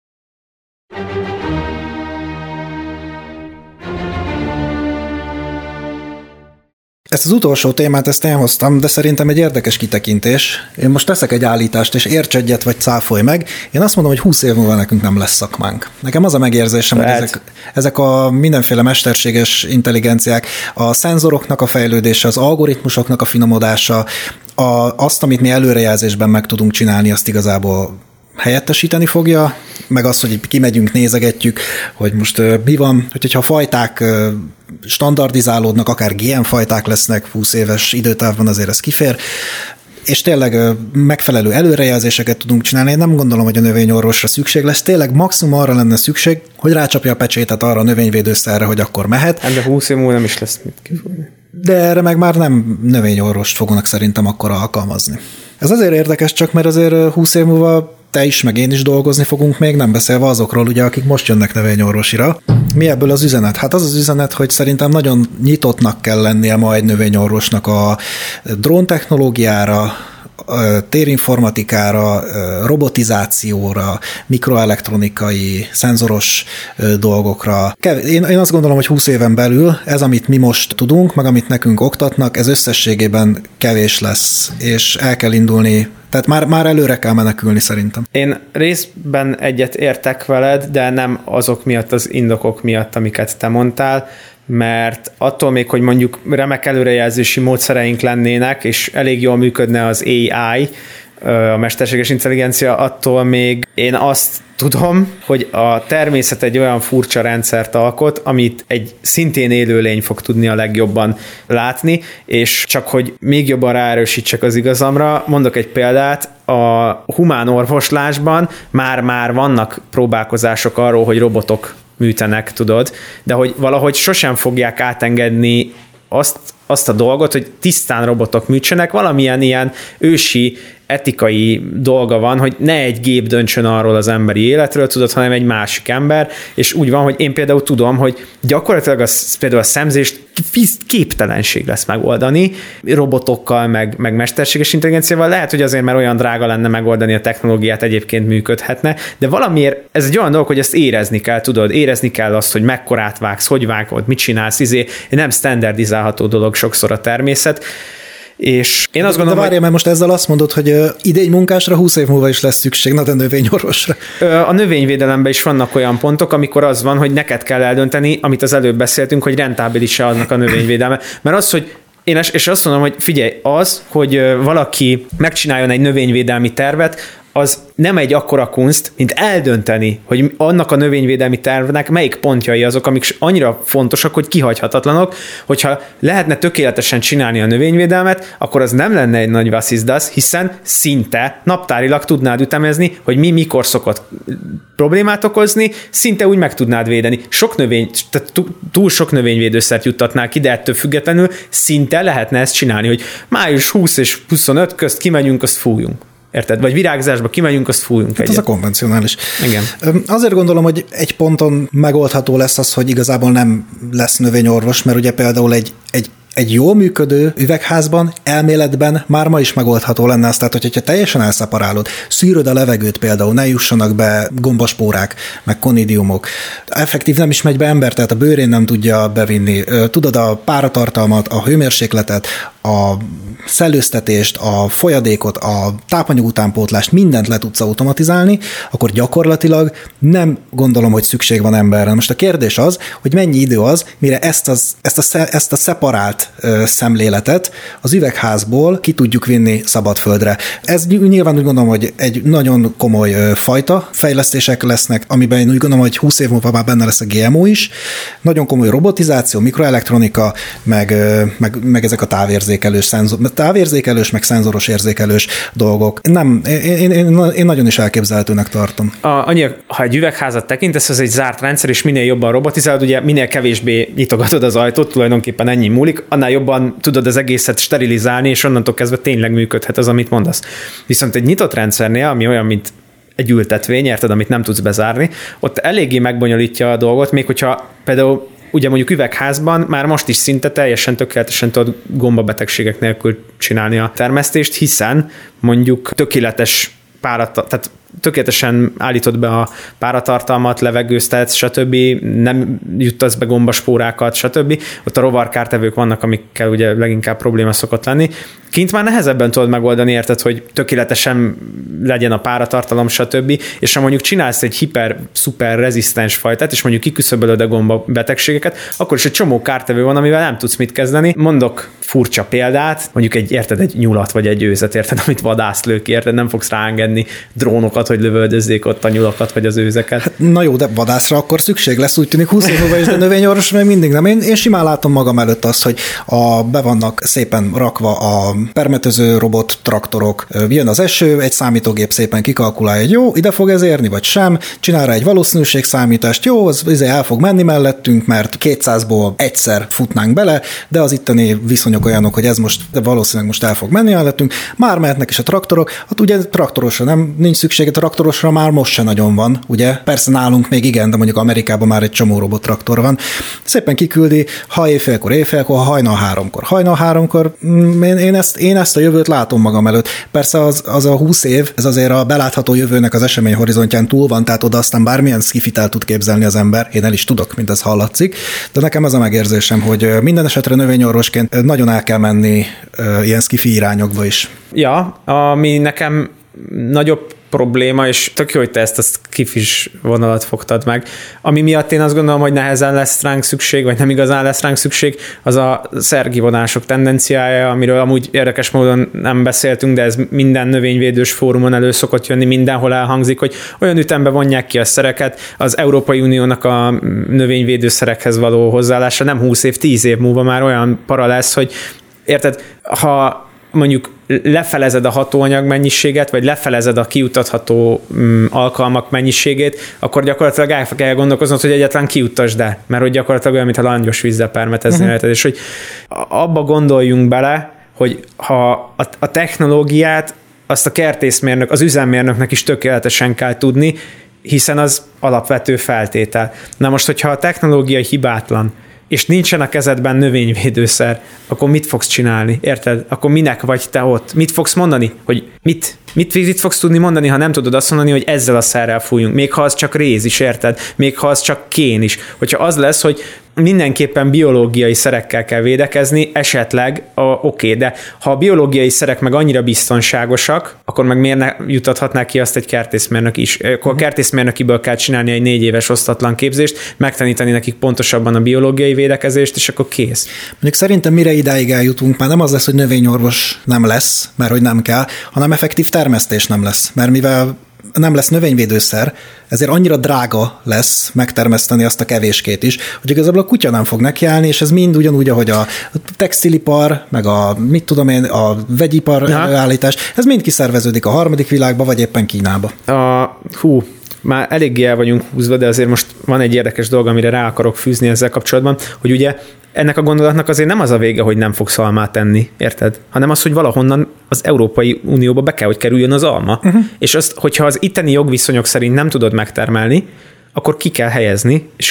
Ezt az utolsó témát ezt én hoztam, de szerintem egy érdekes kitekintés. Én most teszek egy állítást, és érts egyet, vagy cáfolj meg. Én azt mondom, hogy 20 év múlva nekünk nem lesz szakmánk. Nekem az a megérzésem, hogy ezek a mindenféle mesterséges intelligenciák, a szenzoroknak a fejlődése, az algoritmusoknak a finomodása, azt, amit mi előrejelzésben meg tudunk csinálni, azt igazából helyettesíteni fogja, meg az, hogy kimegyünk, nézegetjük, hogy most mi van, hogyha a fajták standardizálódnak, akár GM fajták lesznek, 20 éves időtávban azért ez kifér, és tényleg megfelelő előrejelzéseket tudunk csinálni. Én nem gondolom, hogy a növényorvosra szükség lesz. Tényleg maximum arra lenne szükség, hogy rácsapja a pecsétet arra a növényvédőszerre, hogy akkor mehet. De 20 év múlva nem is lesz mit kifogni. De erre meg már nem növényorvost fognak szerintem akkor alkalmazni. Ez azért érdekes csak, mert azért 20 év múlva te is, meg én is dolgozni fogunk még, nem beszélve azokról, ugye, akik most jönnek növényorvosira. Mi ebből az üzenet? Hát az az üzenet, hogy szerintem nagyon nyitottnak kell lennie ma egy növényorvosnak a dróntechnológiára, térinformatikára, robotizációra, mikroelektronikai, szenzoros dolgokra. Én azt gondolom, hogy 20 éven belül ez, amit mi most tudunk, meg amit nekünk oktatnak, ez összességében kevés lesz, és el kell indulni. Tehát már előre kell menekülni szerintem. Én részben egyet értek veled, de nem azok miatt, az indokok miatt, amiket te mondtál, mert attól még, hogy mondjuk remek előrejelzési módszereink lennének, és elég jól működne az AI, a mesterséges intelligencia, attól még én azt tudom, hogy a természet egy olyan furcsa rendszert alkot, amit egy szintén élőlény fog tudni a legjobban látni, és csak hogy még jobban ráerősítsek az igazamra, mondok egy példát, a humán orvoslásban már vannak próbálkozások arról, hogy robotok műtenek, tudod, de hogy valahogy sosem fogják átengedni azt a dolgot, hogy tisztán robotok műtsenek, valamilyen ilyen ősi etikai dolga van, hogy ne egy gép döntsön arról az emberi életről, tudod, hanem egy másik ember, és úgy van, hogy én például tudom, hogy gyakorlatilag például a szemzést képtelenség lesz megoldani robotokkal, meg mesterséges intelligenciával. Lehet, hogy azért, mert olyan drága lenne megoldani a technológiát, egyébként működhetne, de valamiért ez egy olyan dolog, hogy ezt érezni kell, tudod, érezni kell azt, hogy mekkorát vágsz, hogy vágod, mit csinálsz, nem standardizálható dolog sokszor a természet, És én azt gondolom, várjál, mert most ezzel azt mondod, hogy idény munkásra 20 év múlva is lesz szükség, na de növényorvosra. A növényvédelemben is vannak olyan pontok, amikor az van, hogy neked kell eldönteni, amit az előbb beszéltünk, hogy rentábilis-e annak a növényvédelme. Mert az, hogy és azt mondom, hogy figyelj, az, hogy valaki megcsináljon egy növényvédelmi tervet, az nem egy akkora kunst, mint eldönteni, hogy annak a növényvédelmi tervnek melyik pontjai azok, amik annyira fontosak, hogy kihagyhatatlanok, hogyha lehetne tökéletesen csinálni a növényvédelmet, akkor az nem lenne egy nagy vasszizdasz, hiszen szinte naptárilag tudnád ütemezni, hogy mikor szokott problémát okozni, szinte úgy meg tudnád védeni. Túl sok növényvédőszert juttatnál ki, de ettől függetlenül szinte lehetne ezt csinálni, hogy május 20 és 25 közt kimegyünk, azt fújjunk. Érted? Vagy virágzásba kimegyünk, azt fújunk hát ez a konvencionális. Igen. Azért gondolom, hogy egy ponton megoldható lesz az, hogy igazából nem lesz növényorvos, mert ugye például egy jól működő üvegházban, elméletben már ma is megoldható lenne azt, tehát hogyha teljesen elszeparálod, szűröd a levegőt például, ne jussanak be gombaspórák, meg konidiumok. Effektív nem is megy be ember, tehát a bőrén nem tudja bevinni. Tudod a páratartalmat, a hőmérsékletet, a szellőztetést, a folyadékot, a tápanyag utánpótlást, mindent le tudsz automatizálni, akkor gyakorlatilag nem gondolom, hogy szükség van emberre. Most a kérdés az, hogy mennyi idő az, mire ezt a szeparált szemléletet az üvegházból ki tudjuk vinni szabadföldre. Ez nyilván úgy gondolom, hogy egy nagyon komoly fajta fejlesztések lesznek, amiben én úgy gondolom, hogy 20 év múlva már benne lesz a GMO is. Nagyon komoly robotizáció, mikroelektronika, meg ezek a távérzékelős, meg szenzoros érzékelős dolgok. Nem, én nagyon is elképzelhetőnek tartom. Ha egy üvegházat tekintesz, az egy zárt rendszer, és minél jobban robotizálod, ugye minél kevésbé nyitogatod az ajtót, tulajdonképpen ennyi múlik, annál jobban tudod az egészet sterilizálni, és onnantól kezdve tényleg működhet az, amit mondasz. Viszont egy nyitott rendszernél, ami olyan, mint egy ültetvény, érted, amit nem tudsz bezárni, ott eléggé megbonyolítja a dolgot, még hogyha például ugye mondjuk üvegházban már most is szinte teljesen tökéletesen tudod gombabetegségek nélkül csinálni a termesztést, hiszen mondjuk tökéletes tehát tökéletesen állítod be a páratartalmat, levegőztetsz, stb. Nem juttasz be gombaspórákat, stb. Ott a rovarkártevők vannak, amikkel ugye leginkább probléma szokott lenni. Kint már nehezebben tudod megoldani, érted, hogy tökéletesen legyen a páratartalom, stb. És ha mondjuk csinálsz egy hiper-szuper rezisztens fajtát, és mondjuk kiküszöbölöd a gombabetegségeket, akkor is egy csomó kártevő van, amivel nem tudsz mit kezdeni. Mondok furcsa példát, mondjuk egy nyulat vagy egy őzet, érted, amit vadász lők, érted, nem fogsz ráengedni drónokat, hogy lövöldözzék ott a nyulakat vagy az őzeket. Hát, na jó, de vadászra akkor szükség lesz, úgy tűnik 20 év múlva is, de növényorvos még mindig nem. Én simán látom magam előtt azt, hogy be vannak szépen rakva a permetező robot traktorok, jön az eső, egy számítógép szépen kikalkulálja, hogy jó, ide fog ez érni, vagy sem, csinál rá egy valószínűségszámítást, jó, az el fog menni mellettünk, mert 200-ból egyszer futnánk bele, de az itteni viszonyok olyanok, hogy ez most valószínűleg most el fog menni mellettünk, már mehetnek is a traktorok, hát ugye traktorosra nem nincs szüksége, traktorosra már most se nagyon van, ugye? Persze nálunk még igen, de mondjuk Amerikában már egy csomó robottraktor van. Szépen kiküldi, ha éjfélkor, ha hajnal 3-kor. Én ezt a jövőt látom magam előtt. Persze az a 20 év, ez azért a belátható jövőnek az esemény horizontján túl van, tehát oda aztán bármilyen skifit el tud képzelni az ember. Én el is tudok, mint ez hallatszik, de nekem az a megérzésem, hogy minden esetre növényorvosként nagyon el kell menni ilyen skifi irányokba is. Ja, ami nekem nagyobb probléma, és tök jó, hogy te ezt a skifis vonalat fogtad meg. Ami miatt én azt gondolom, hogy nehezen lesz ránk szükség, vagy nem igazán lesz ránk szükség, az a szergivonások tendenciája, amiről amúgy érdekes módon nem beszéltünk, de ez minden növényvédős fórumon elő szokott jönni, mindenhol elhangzik, hogy olyan ütemben vonják ki a szereket, az Európai Uniónak a növényvédőszerekhez való hozzáállása nem 20 év, 10 év múlva már olyan para lesz, hogy érted, ha mondjuk lefelezed a hatóanyag mennyiséget, vagy lefelezed a kijutatható alkalmak mennyiségét, akkor gyakorlatilag el kell gondolkoznod, hogy egyáltalán kijuttasd el, mert hogy gyakorlatilag olyan, mintha langyos vízzel permetezni, és hogy abba gondoljunk bele, hogy ha a technológiát, azt a kertészmérnök, az üzemmérnöknek is tökéletesen kell tudni, hiszen az alapvető feltétel. Na most, hogyha a technológia hibátlan, és nincsen a kezedben növényvédőszer, akkor mit fogsz csinálni? Érted? Akkor minek vagy te ott? Mit fogsz mondani? Hogy mit fogsz tudni mondani, ha nem tudod azt mondani, hogy ezzel a szerrel fújjunk? Még ha az csak réz is, érted? Még ha az csak kén is. Hogyha az lesz, hogy mindenképpen biológiai szerekkel kell védekezni, esetleg oké, de ha a biológiai szerek meg annyira biztonságosak, akkor meg miért ne jutathatná ki azt egy kertészmérnök is? Akkor a kertészmérnökiből kell csinálni egy 4 éves osztatlan képzést, megtanítani nekik pontosabban a biológiai védekezést, és akkor kész. Mondjuk szerintem mire idáig eljutunk, már nem az lesz, hogy növényorvos nem lesz, mert hogy nem kell, hanem effektív termesztés nem lesz. Mert mivel nem lesz növényvédőszer, ezért annyira drága lesz megtermeszteni azt a kevéskét is, hogy igazából a kutya nem fog nekiállni, és ez mind ugyanúgy, ahogy a textilipar, meg a a vegyipar előállítás, ez mind kiszerveződik a harmadik világba, vagy éppen Kínába. Már eléggé el vagyunk húzva, de azért most van egy érdekes dolog, amire rá akarok fűzni ezzel kapcsolatban, hogy ugye ennek a gondolatnak azért nem az a vége, hogy nem fogsz almát enni, érted? Hanem az, hogy valahonnan az Európai Unióba be kell, hogy kerüljön az alma. És azt, hogyha az itteni jogviszonyok szerint nem tudod megtermelni, akkor ki kell helyezni, és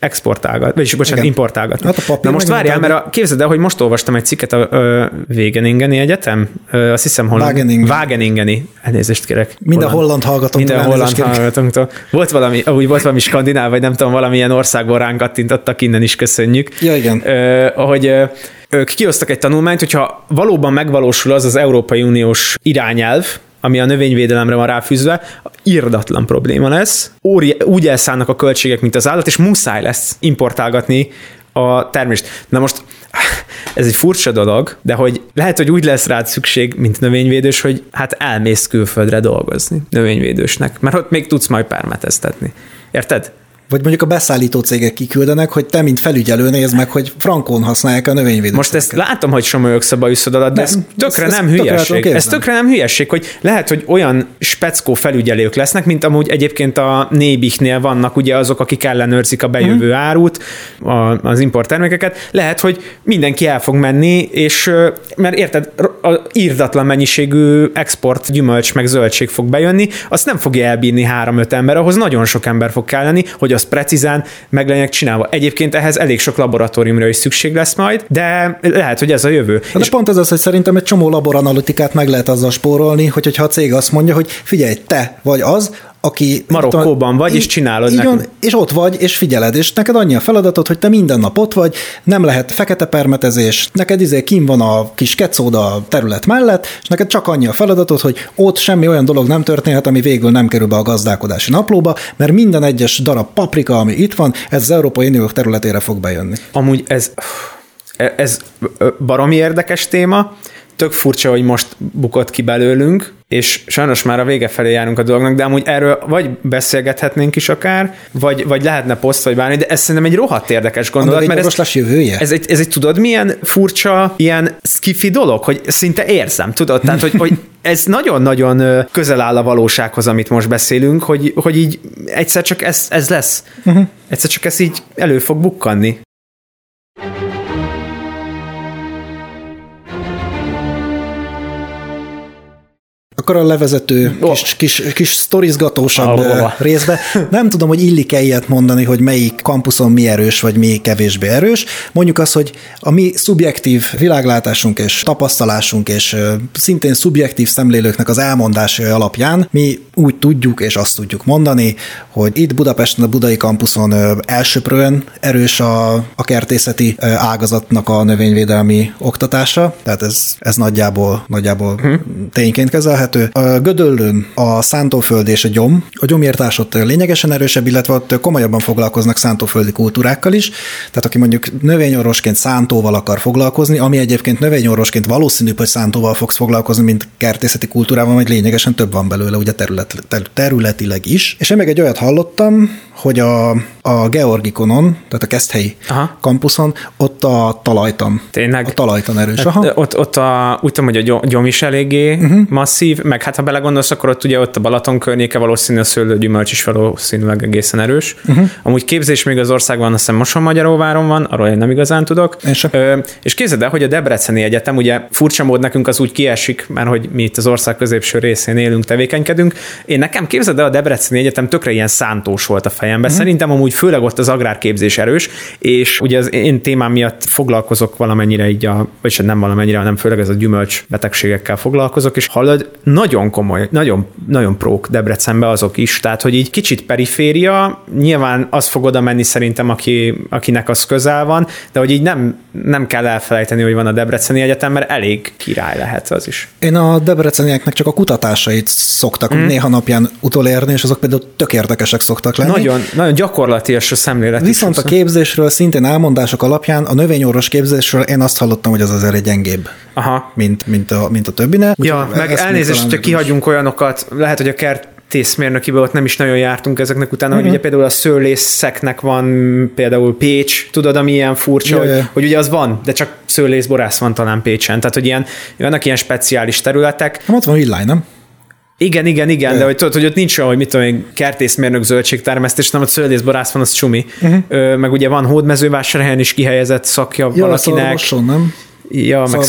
importálgatni. Hát na most várjál, mert képzeld el, hogy most olvastam egy cikket a Wageningeni Egyetem, azt hiszem Wageningeni, elnézést kérek. Minden holland hallgatónktól. Volt valami skandináv, vagy nem tudom, valamilyen országból ránk kattintottak, innen is köszönjük. Ja, igen. Hogy ők kihoztak egy tanulmányt, hogyha valóban megvalósul az Európai Uniós irányelv, ami a növényvédelemre van ráfűzve, irdatlan probléma lesz. Úgy elszállnak a költségek, mint az állat, és muszáj lesz importálgatni a termést. Na most ez egy furcsa dolog, de hogy lehet, hogy úgy lesz rád szükség, mint növényvédős, hogy hát elmész külföldre dolgozni növényvédősnek, mert ott még tudsz majd permeteztetni. Érted? Vagy mondjuk a beszállító cégek kiküldenek, hogy te, mint felügyelő nézd meg, hogy frankon használják a növényvédőt. Most ezt látom, hogy somolyogsz a bajuszod alatt, de ez tökre nem hülyeség. Ez tökre nem hülyeség, hogy lehet, hogy olyan speckó felügyelők lesznek, mint amúgy egyébként a Nébichnél vannak ugye azok, akik ellenőrzik a bejövő árut, az importtermékeket. Lehet, hogy mindenki el fog menni, és mert érted, irdatlan mennyiségű export gyümölcs meg zöldség fog bejönni, azt nem fogja elbírni 3-5 ember, ahhoz nagyon sok ember fog kelleni, hogy az precízen meg legyenek csinálva. Egyébként ehhez elég sok laboratóriumra is szükség lesz majd, de lehet, hogy ez a jövő. Hát és pont az, hogy szerintem egy csomó laboranalitikát meg lehet azzal spórolni, hogyha a cég azt mondja, hogy figyelj, te vagy az, aki Marokkóban vagy, és csinálod nekünk. És ott vagy, és figyeled, és neked annyi a feladatod, hogy te minden nap ott vagy, nem lehet fekete permetezés, neked kín van a kis kecóda terület mellett, és neked csak annyi a feladatod, hogy ott semmi olyan dolog nem történhet, ami végül nem kerül be a gazdálkodási naplóba, mert minden egyes darab paprika, ami itt van, ez az Európai Unió területére fog bejönni. Amúgy ez baromi érdekes téma, tök furcsa, hogy most bukott ki belőlünk, és sajnos már a vége felé járunk a dolognak, de amúgy erről vagy beszélgethetnénk is akár, vagy lehetne poszt, vagy bármi, de ez szerintem egy rohadt érdekes gondolat, mert ez egy tudod, milyen furcsa, ilyen skifi dolog, hogy szinte érzem, tudod? Tehát, hogy ez nagyon-nagyon közel áll a valósághoz, amit most beszélünk, hogy így egyszer csak ez lesz. Egyszer csak ez így elő fog bukkanni. Akkor a levezető kis sztorizgatósabb részbe. Nem tudom, hogy illik-e ilyet mondani, hogy melyik kampuszon mi erős, vagy mi kevésbé erős. Mondjuk azt, hogy a mi szubjektív világlátásunk és tapasztalásunk, és szintén szubjektív szemlélőknek az elmondásai alapján mi úgy tudjuk, és azt tudjuk mondani, hogy itt Budapesten, a budai kampuszon elsöprően erős a kertészeti ágazatnak a növényvédelmi oktatása. Tehát ez nagyjából tényként kezelhető. A Gödöllőn a szántóföld és a gyomírtás ott lényegesen erősebb, illetve ott komolyabban foglalkoznak szántóföldi kultúrákkal is. Tehát aki mondjuk növényorvosként szántóval akar foglalkozni, ami egyébként növényorvosként valószínűbb, hogy szántóval fogsz foglalkozni, mint kertészeti kultúrával, majd lényegesen több van belőle, ugye területileg is. És én meg egy olyat hallottam, hogy a Georgikonon, tehát a Keszthelyi kampuszon, ott a talajtan. Tényleg? A talajtan erős. Hát, ott úgy tudom, hogy a gyom is eléggé masszív, meg hát ha belegondolsz, akkor ott a Balaton környéke valószínű, a szőlőgyümölcs is valószínűleg egészen erős. Amúgy képzés még az országban, azt hiszem Mosonmagyaróváron van, arról én nem igazán tudok. És képzeld el, hogy a Debreceni Egyetem, ugye furcsa mód nekünk az úgy kiesik, mert hogy mi itt az ország középső részén élünk, tevékenykedünk. Nekem képzeld el, a Debreceni Egyetem tökre ilyen szántós volt a fejembe. Szerintem amúgy főleg ott az agrárképzés erős, és ugye az én témám miatt foglalkozok valamennyire így vagyis nem valamennyire, hanem főleg ez a gyümölcs betegségekkel foglalkozok, és hallod, nagyon komoly, nagyon prók Debrecenbe azok is, tehát hogy így kicsit periféria, nyilván az fog oda menni szerintem, akinek az közel van, de hogy így nem kell elfelejteni, hogy van a Debreceni Egyetem, mert elég király lehet az is. Én a debrecenieknek csak a kutatásait szoktak néha napján utolérni, és azok például tök érdekesek szoktak lenni. Nagyon gyakorlatias a szemlélet. Viszont a képzésről szintén elmondások alapján, a növényorvos képzésről én azt hallottam, hogy az azért egy gyengébb, mint a többinek. Ja, meg elnézést, hogyha kihagyunk olyanokat, lehet, hogy a kertészmérnökiből ott nem is nagyon jártunk ezeknek utána, hogy ugye például a szőlészeknek van például Pécs, tudod, ami ilyen furcsa, hogy ugye az van, de csak szőlészborász van talán Pécsen, tehát hogy vannak ilyen speciális területek. Ott van Villány, nem? Igen, de hogy tudod, hogy ott nincs olyan, hogy mit tudom én, kertészmérnök zöldségtermesztés, nem ott szőlészborász van, az csumi. Meg ugye van Hódmezővásárhelyen is kihelyezett szakja valakinek. Nem? Ja, meg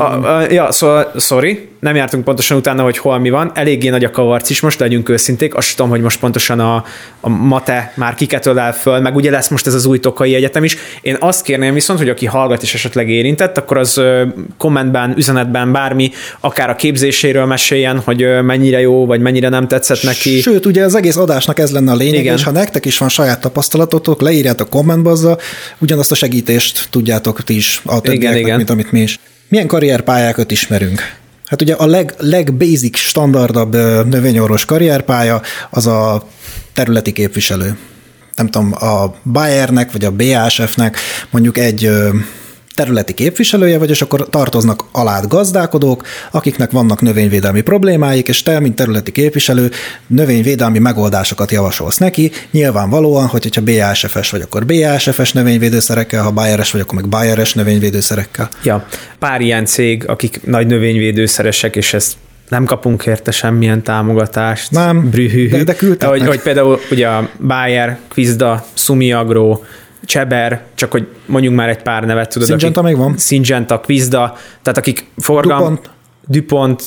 sorry, nem jártunk pontosan utána, hogy hol mi van. Eléggé nagy a kavarc is most, legyünk őszinték. Azt tudom, hogy most pontosan a MATE már kiket ölel föl, meg ugye lesz most ez az új Tokai Egyetem is. Én azt kérném viszont, hogy aki hallgat és esetleg érintett, akkor az kommentben, üzenetben bármi, akár a képzéséről meséljen, hogy mennyire jó, vagy mennyire nem tetszett neki. Sőt, ugye az egész adásnak ez lenne a lényeg, és ha nektek is van saját tapasztalatotok, leírjátok kommentbe azzal, ugyanazt a segítést tudjátok ti is a többieknek, mint amit mi is. Milyen karrierpályákat ismerünk? Hát ugye a legbasic, standardabb növényorvos karrierpálya az a területi képviselő. Nem tudom, a Bayernek vagy a BASF-nek mondjuk egy területi képviselője vagy, és akkor tartoznak alád gazdálkodók, akiknek vannak növényvédelmi problémáik, és te, mint területi képviselő, növényvédelmi megoldásokat javasolsz neki. Nyilvánvalóan, hogyha BASF-es vagy, akkor BASF-es növényvédőszerekkel, ha Bayer-es vagy, akkor meg Bayer-es növényvédőszerekkel. Ja, pár ilyen cég, akik nagy növényvédőszeresek, és ezt nem kapunk érte semmilyen támogatást. Nem, de küldtek meg. Hogy például ugye a Bayer, Quizda, Sumi Agro, Cseber, csak hogy mondjuk már egy pár nevet, tudod. Syngenta még van. Syngenta, Quizda, tehát akik DuPont,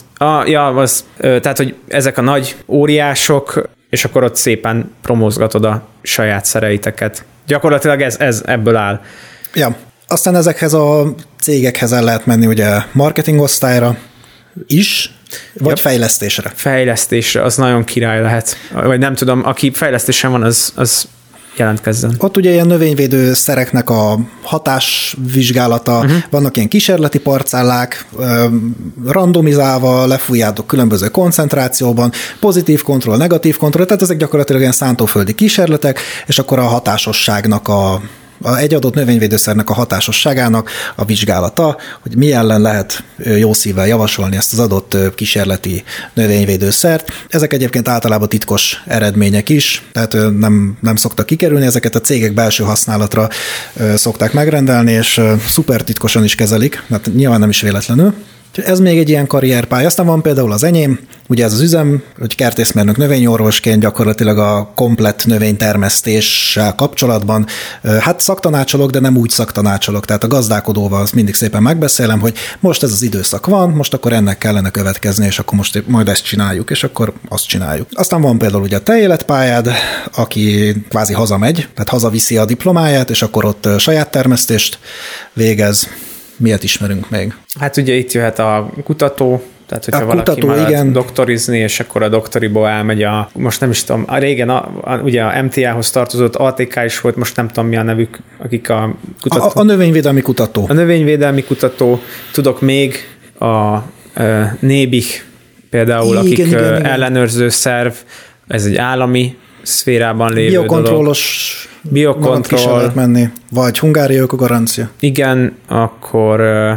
tehát hogy ezek a nagy óriások, és akkor ott szépen promózgatod a saját szereiteket. Gyakorlatilag ez ebből áll. Ja, aztán ezekhez a cégekhez el lehet menni ugye marketingosztályra is, vagy fejlesztésre. Fejlesztésre, az nagyon király lehet. Vagy nem tudom, aki fejlesztésen van, az jelentkezzen. Ott ugye ilyen növényvédőszereknek a hatásvizsgálata, vannak ilyen kísérleti parcellák, randomizálva, lefújjátok különböző koncentrációban, pozitív kontroll, negatív kontroll, tehát ezek gyakorlatilag ilyen szántóföldi kísérletek, és akkor a hatásosságnak egy adott növényvédőszernek a hatásosságának a vizsgálata, hogy mi ellen lehet jó szívvel javasolni ezt az adott kísérleti növényvédőszert. Ezek egyébként általában titkos eredmények is, tehát nem szoktak kikerülni, ezeket a cégek belső használatra szokták megrendelni, és szuper titkosan is kezelik, mert nyilván nem is véletlenül. Ez még egy ilyen karrierpálya. Aztán van például az enyém, ugye ez az üzem, hogy kertészmérnök növényorvosként gyakorlatilag a komplett növénytermesztéssel kapcsolatban, hát szaktanácsolok, de nem úgy szaktanácsolok, tehát a gazdálkodóval azt mindig szépen megbeszélem, hogy most ez az időszak van, most akkor ennek kellene következni, és akkor most majd ezt csináljuk, és akkor azt csináljuk. Aztán van például ugye a te életpályád, aki kvázi hazamegy, tehát hazaviszi a diplomáját, és akkor ott saját termesztést végez. Miért ismerünk még? Hát ugye itt jöhet a kutató, tehát hogyha valaki már doktorizni, és akkor a doktoriból elmegy most nem is tudom, régen ugye a MTA-hoz tartozott ATK is volt, most nem tudom mi a nevük, akik a kutató. A növényvédelmi kutató. A növényvédelmi kutató. Tudok még a Nébih például, akik ellenőrző szerv, ez egy állami szférában lévő biokontrollos biokontroll. Lehet menni, vagy hungáriai ökogarancia. Igen, akkor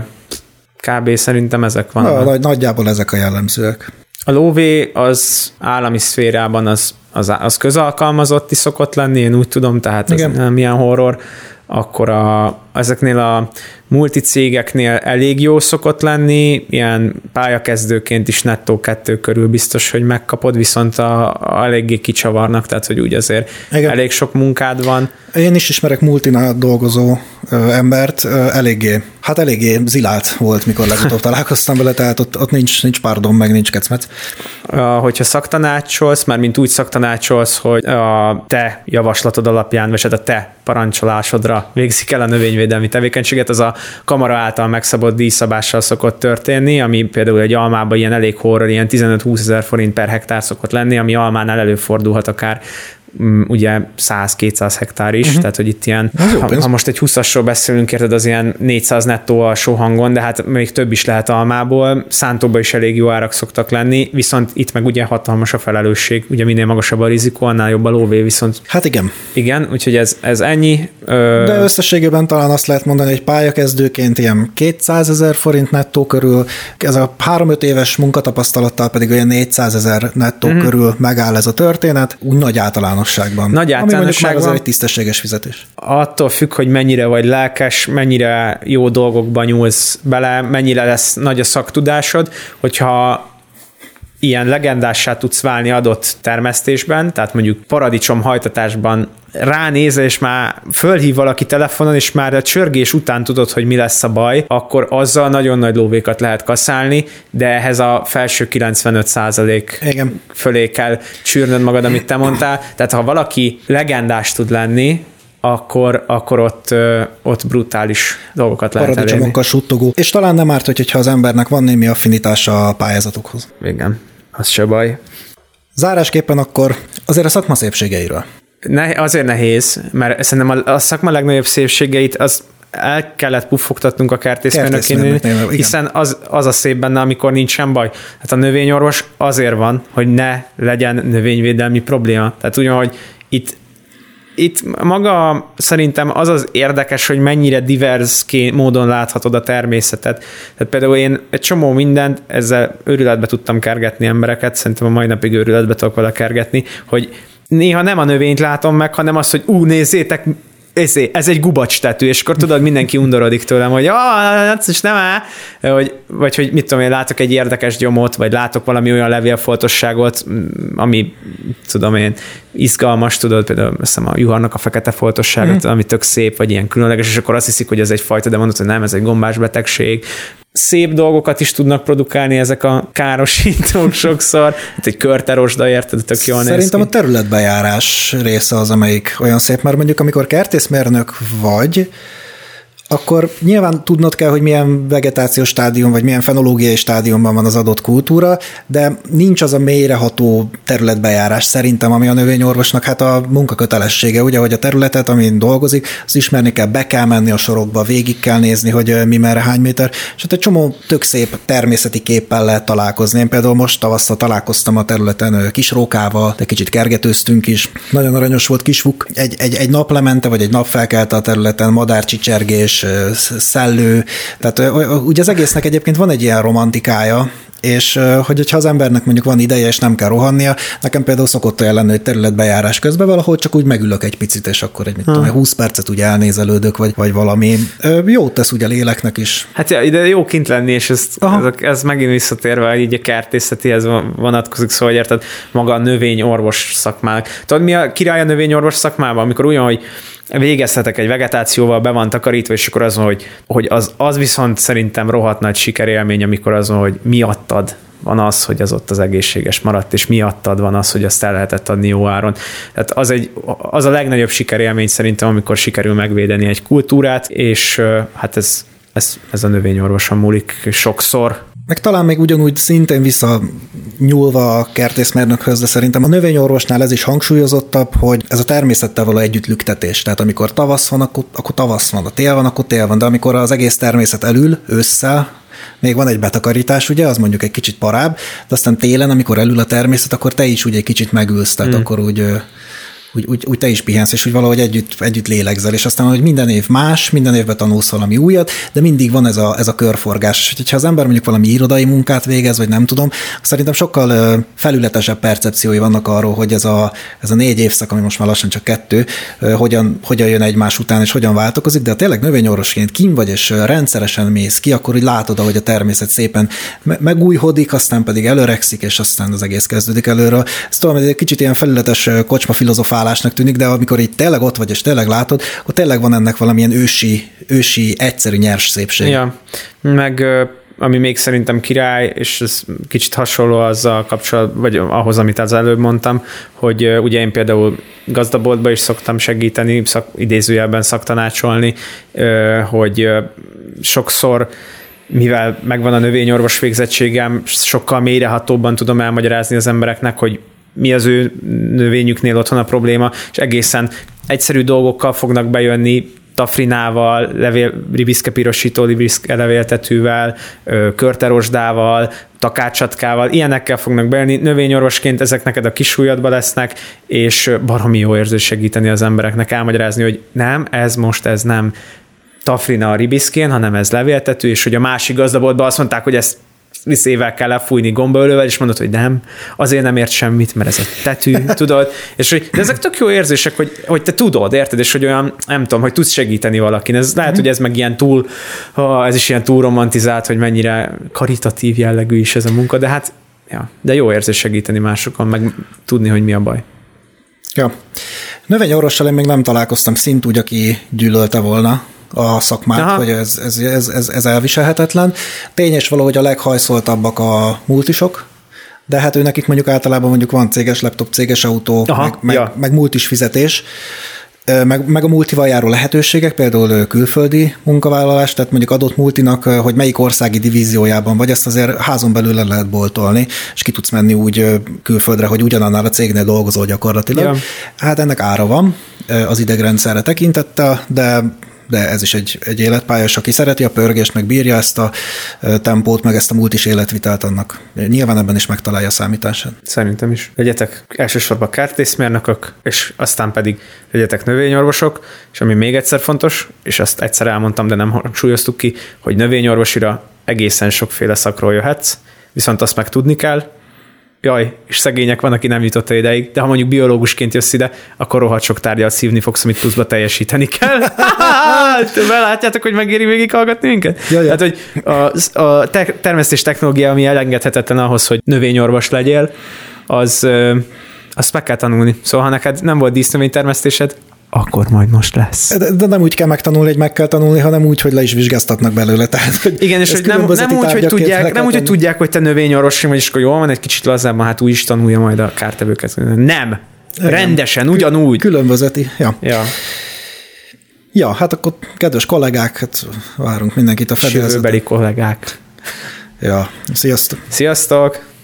kb. Szerintem ezek vannak. Nagyjából ezek a jellemzőek. A lóvé az állami szférában az közalkalmazotti szokott lenni, én úgy tudom, tehát ez nem ilyen horror. Akkor ezeknél a multicégeknél elég jó szokott lenni, ilyen pályakezdőként is nettó 2 körül biztos, hogy megkapod, viszont eléggé kicsavarnak, tehát hogy úgy azért igen. Elég sok munkád van. Én is ismerek multinál dolgozó embert, eléggé zilált volt, mikor legutóbb találkoztam vele, tehát ott nincs pardon, meg nincs kecmet. Hogyha szaktanácsolsz, már mint úgy szaktanácsolsz, hogy a te javaslatod alapján, vagy a te parancsolásodra végzik el a növényvédelmi tevékenységet, az a kamara által megszabott díjszabással szokott történni, ami például egy almában ilyen elég horror, ilyen 15-20 ezer forint per hektár szokott lenni, ami almánál előfordulhat akár ugye 100-200 hektár is, tehát hogy itt ilyen, ha most egy 20-asról beszélünk, érted, az ilyen 400 nettó alsó hangon, de hát még több is lehet almából, szántóban is elég jó árak szoktak lenni, viszont itt meg ugye hatalmas a felelősség, ugye minél magasabb a rizikó, annál jobb a lóvé, viszont... Hát igen. Igen, úgyhogy ez ennyi. De összességében talán azt lehet mondani, hogy pályakezdőként ilyen 200 000 forint nettó körül, ez a 3-5 éves munkatapasztalattal pedig olyan 400 000 nettó körül megáll ez a történet, úgy nagy általánosságban. Nagy általánosságban. Ami egy tisztességes fizetés. Attól függ, hogy mennyire vagy lelkes, mennyire jó dolgokba nyúlsz bele, mennyire lesz nagy a szaktudásod, hogyha ilyen legendássá tudsz válni adott termesztésben, tehát mondjuk paradicsomhajtatásban ránézel, és már fölhív valaki telefonon, és már a csörgés után tudod, hogy mi lesz a baj, akkor azzal nagyon nagy lóvékat lehet kaszálni, de ehhez a felső 95% fölé kell csűrnöd magad, amit te mondtál. Tehát ha valaki legendás tud lenni, akkor ott brutális dolgokat lehet elérni. Paradicsomokkal suttogó. És talán nem árt, hogyha az embernek van némi affinitása a pályázatokhoz. Igen, az se baj. Zárásképpen akkor azért a szakma szépségeiről. Azért nehéz, mert szerintem a szakma legnagyobb szépségeit az el kellett puffogtatnunk a kertészmérnökénél, hiszen az a szép benne, amikor nincsen baj. Hát a növényorvos azért van, hogy ne legyen növényvédelmi probléma. Tehát ugyanúgy itt maga szerintem az érdekes, hogy mennyire divers módon láthatod a természetet. Tehát például én egy csomó mindent ezzel őrületbe tudtam kergetni embereket, szerintem a mai napig őrületbe tudok vele kergetni, hogy néha nem a növényt látom meg, hanem azt, hogy nézzétek, ez egy gubacstetű, és akkor tudod, mindenki undorodik tőlem, hogy ez is nem áll, vagy hogy mit tudom én, látok egy érdekes gyomot, vagy látok valami olyan levélfoltosságot, ami, tudom én, izgalmas, tudod, például a juharnak a fekete foltosságot, ami tök szép, vagy ilyen különleges, és akkor azt hiszik, hogy ez egy fajta, de mondod, hogy nem, ez egy gombás betegség. Szép dolgokat is tudnak produkálni ezek a károsítók sokszor, hát egy körterosda, érted, tök jól néz ki. Szerintem a területbejárás része az, amelyik olyan szép, mert mondjuk amikor kertészmérnök vagy, akkor nyilván tudnod kell, hogy milyen vegetációs stádium, vagy milyen fenológiai stádiumban van az adott kultúra, de nincs az a mélyreható területbejárás szerintem, ami a növényorvosnak hát a munkakötelessége, ugye, hogy a területet, amin dolgozik, azt ismerni kell, be kell menni a sorokba, végig kell nézni, hogy mi merre, hány méter, és hát egy csomó tök szép természeti képpel lehet találkozni. Én például most tavasszal találkoztam a területen kisrókával, de kicsit kergetőztünk is. Nagyon aranyos volt kisvuk. Egy naplemente, vagy egy nap felkelte a területen, madárcsicsergés, szellő, tehát ugye az egésznek egyébként van egy ilyen romantikája, és hogyha az embernek mondjuk van ideje, és nem kell rohannia, nekem például szokott olyan lenni, hogy területbejárás közben valahol csak úgy megülök egy picit, és akkor egy 20 percet úgy elnézelődök, vagy valami. Jót tesz ugye a léleknek is. Hát ide jó kint lenni, és ez megint visszatérve így a kertészetihez vonatkozik, szóval érted, maga a növényorvos szakmának. Tudod, mi a király a növényorvos szakmában? Amikor olyan, hogy végezhetek egy vegetációval, be van takarítva, és akkor az van, hogy az viszont szerintem rohadt nagy sikerélmény, amikor az van, hogy miattad van az, hogy az ott az egészséges maradt, és miattad van az, hogy azt el lehetett adni jó áron. Tehát az a legnagyobb sikerélmény szerintem, amikor sikerül megvédeni egy kultúrát, és hát ez a növényorvoson múlik sokszor. Meg talán még ugyanúgy szintén visszanyúlva a kertészmérnökhöz, de szerintem a növényorvosnál ez is hangsúlyozottabb, hogy ez a természettel való együttlüktetés. Tehát amikor tavasz van, akkor tavasz van, a tél van, akkor tél van, de amikor az egész természet elül ősszel, még van egy betakarítás, ugye, az mondjuk egy kicsit parább, de aztán télen, amikor elül a természet, akkor te is úgy egy kicsit megülsz, tehát akkor úgy úgy te is pihensz, és úgy valahogy együtt lélegzel, és aztán, hogy minden év más, minden évben tanulsz valami újat, de mindig van ez a körforgás. Ha az ember mondjuk valami irodai munkát végez, vagy nem tudom, szerintem sokkal felületesebb percepciói vannak arról, hogy ez a 4 évszak, ami most már lassan csak 2, hogyan jön egymás után, és hogyan változik, de tényleg növényorvosként kim vagy, és rendszeresen mész ki, akkor úgy látod, ahogy a természet szépen megújhodik, aztán pedig előrekszik, és aztán az egész kezdődik előről. Ez tudom, egy kicsit ilyen felületes kocsma filozofálásnak tűnik, de amikor így tényleg ott vagy, és tényleg látod, akkor tényleg van ennek valamilyen ősi, egyszerű, nyers szépség. Ja, meg ami még szerintem király, és ez kicsit hasonló azzal kapcsolatban, vagy ahhoz, amit az előbb mondtam, hogy ugye én például gazdaboltba is szoktam segíteni, idézőjelben szaktanácsolni, hogy sokszor, mivel megvan a növényorvos végzettségem, sokkal mélyrehatóbban tudom elmagyarázni az embereknek, hogy mi az ő növényüknél otthon a probléma, és egészen egyszerű dolgokkal fognak bejönni, tafrinával, ribiszkepirosító, ribiszke levéltetővel, körterosdával, takácsatkával, ilyenekkel fognak bejönni. Növényorvosként ezek neked a kisúlyadba lesznek, és baromi jó érzés segíteni az embereknek, elmagyarázni, hogy nem, ez nem tafrina a ribiszkén, hanem ez levéltető, és hogy a másik gazdaboltban azt mondták, hogy ezt viszével kell lefújni gombaölővel, és mondod, hogy nem, azért nem ért semmit, mert ez egy tetű, tudod, és hogy de ezek tök jó érzések, hogy te tudod, érted, és hogy olyan, nem tudom, hogy tudsz segíteni valakin. Ez lehet, hogy ez meg ilyen ez is ilyen túl romantizált, hogy mennyire karitatív jellegű is ez a munka, de hát, ja, de jó érzés segíteni másokon, meg tudni, hogy mi a baj. Ja. Növényorvossal én még nem találkoztam szint úgy, aki gyűlölte volna a szakmát, hogy ez elviselhetetlen. Tény és valahogy a leghajszoltabbak a multisok, de hát ő nekik mondjuk általában mondjuk van céges laptop, céges autó, meg multis fizetés, meg a multival járó lehetőségek, például külföldi munkavállalás, tehát mondjuk adott multinak, hogy melyik országi divíziójában vagy, ezt azért házon belül le lehet boltolni, és ki tudsz menni úgy külföldre, hogy ugyanannál a cégnél dolgozol gyakorlatilag. Ja. Hát ennek ára van az idegrendszerre tekintettel, de ez is egy életpálya, és aki szereti a pörgést, meg bírja ezt a tempót, meg ezt a multis életvitelt, annak nyilván ebben is megtalálja a számítását. Szerintem is. Legyetek elsősorban kertészmérnökök, és aztán pedig legyetek növényorvosok, és ami még egyszer fontos, és azt egyszer elmondtam, de nem hangsúlyoztuk ki, hogy növényorvosira egészen sokféle szakról jöhetsz, viszont azt meg tudni kell, jaj, és szegények van, aki nem jutott el ideig, de ha mondjuk biológusként jössz ide, akkor rohadt sok tárgyat szívni fogsz, amit pluszba teljesíteni kell. Látjátok, hogy megéri végighallgatni minket? Jaj. Tehát, hogy a termesztés technológia, ami elengedhetetlen ahhoz, hogy növényorvos legyél, azt meg kell tanulni. Szóval, ha neked nem volt dísznövénytermesztésed, akkor majd most lesz. De nem úgy kell megtanulni, hogy meg kell tanulni, hanem úgy, hogy le is vizsgáztatnak belőle. Tehát, hogy igen, és hogy nem úgy, hogy tudják, hogy te növényorvos vagy, és akkor jól van, egy kicsit lazábban, hát úgy is tanulja majd a kártevőket. Nem. Rendesen, ugyanúgy. Különbözeti. Ja. Ja, hát akkor kedves kollégák, hát várunk mindenkit a fedélzetre. Jövőbeli kollégák. Ja, sziasztok. Sziasztok.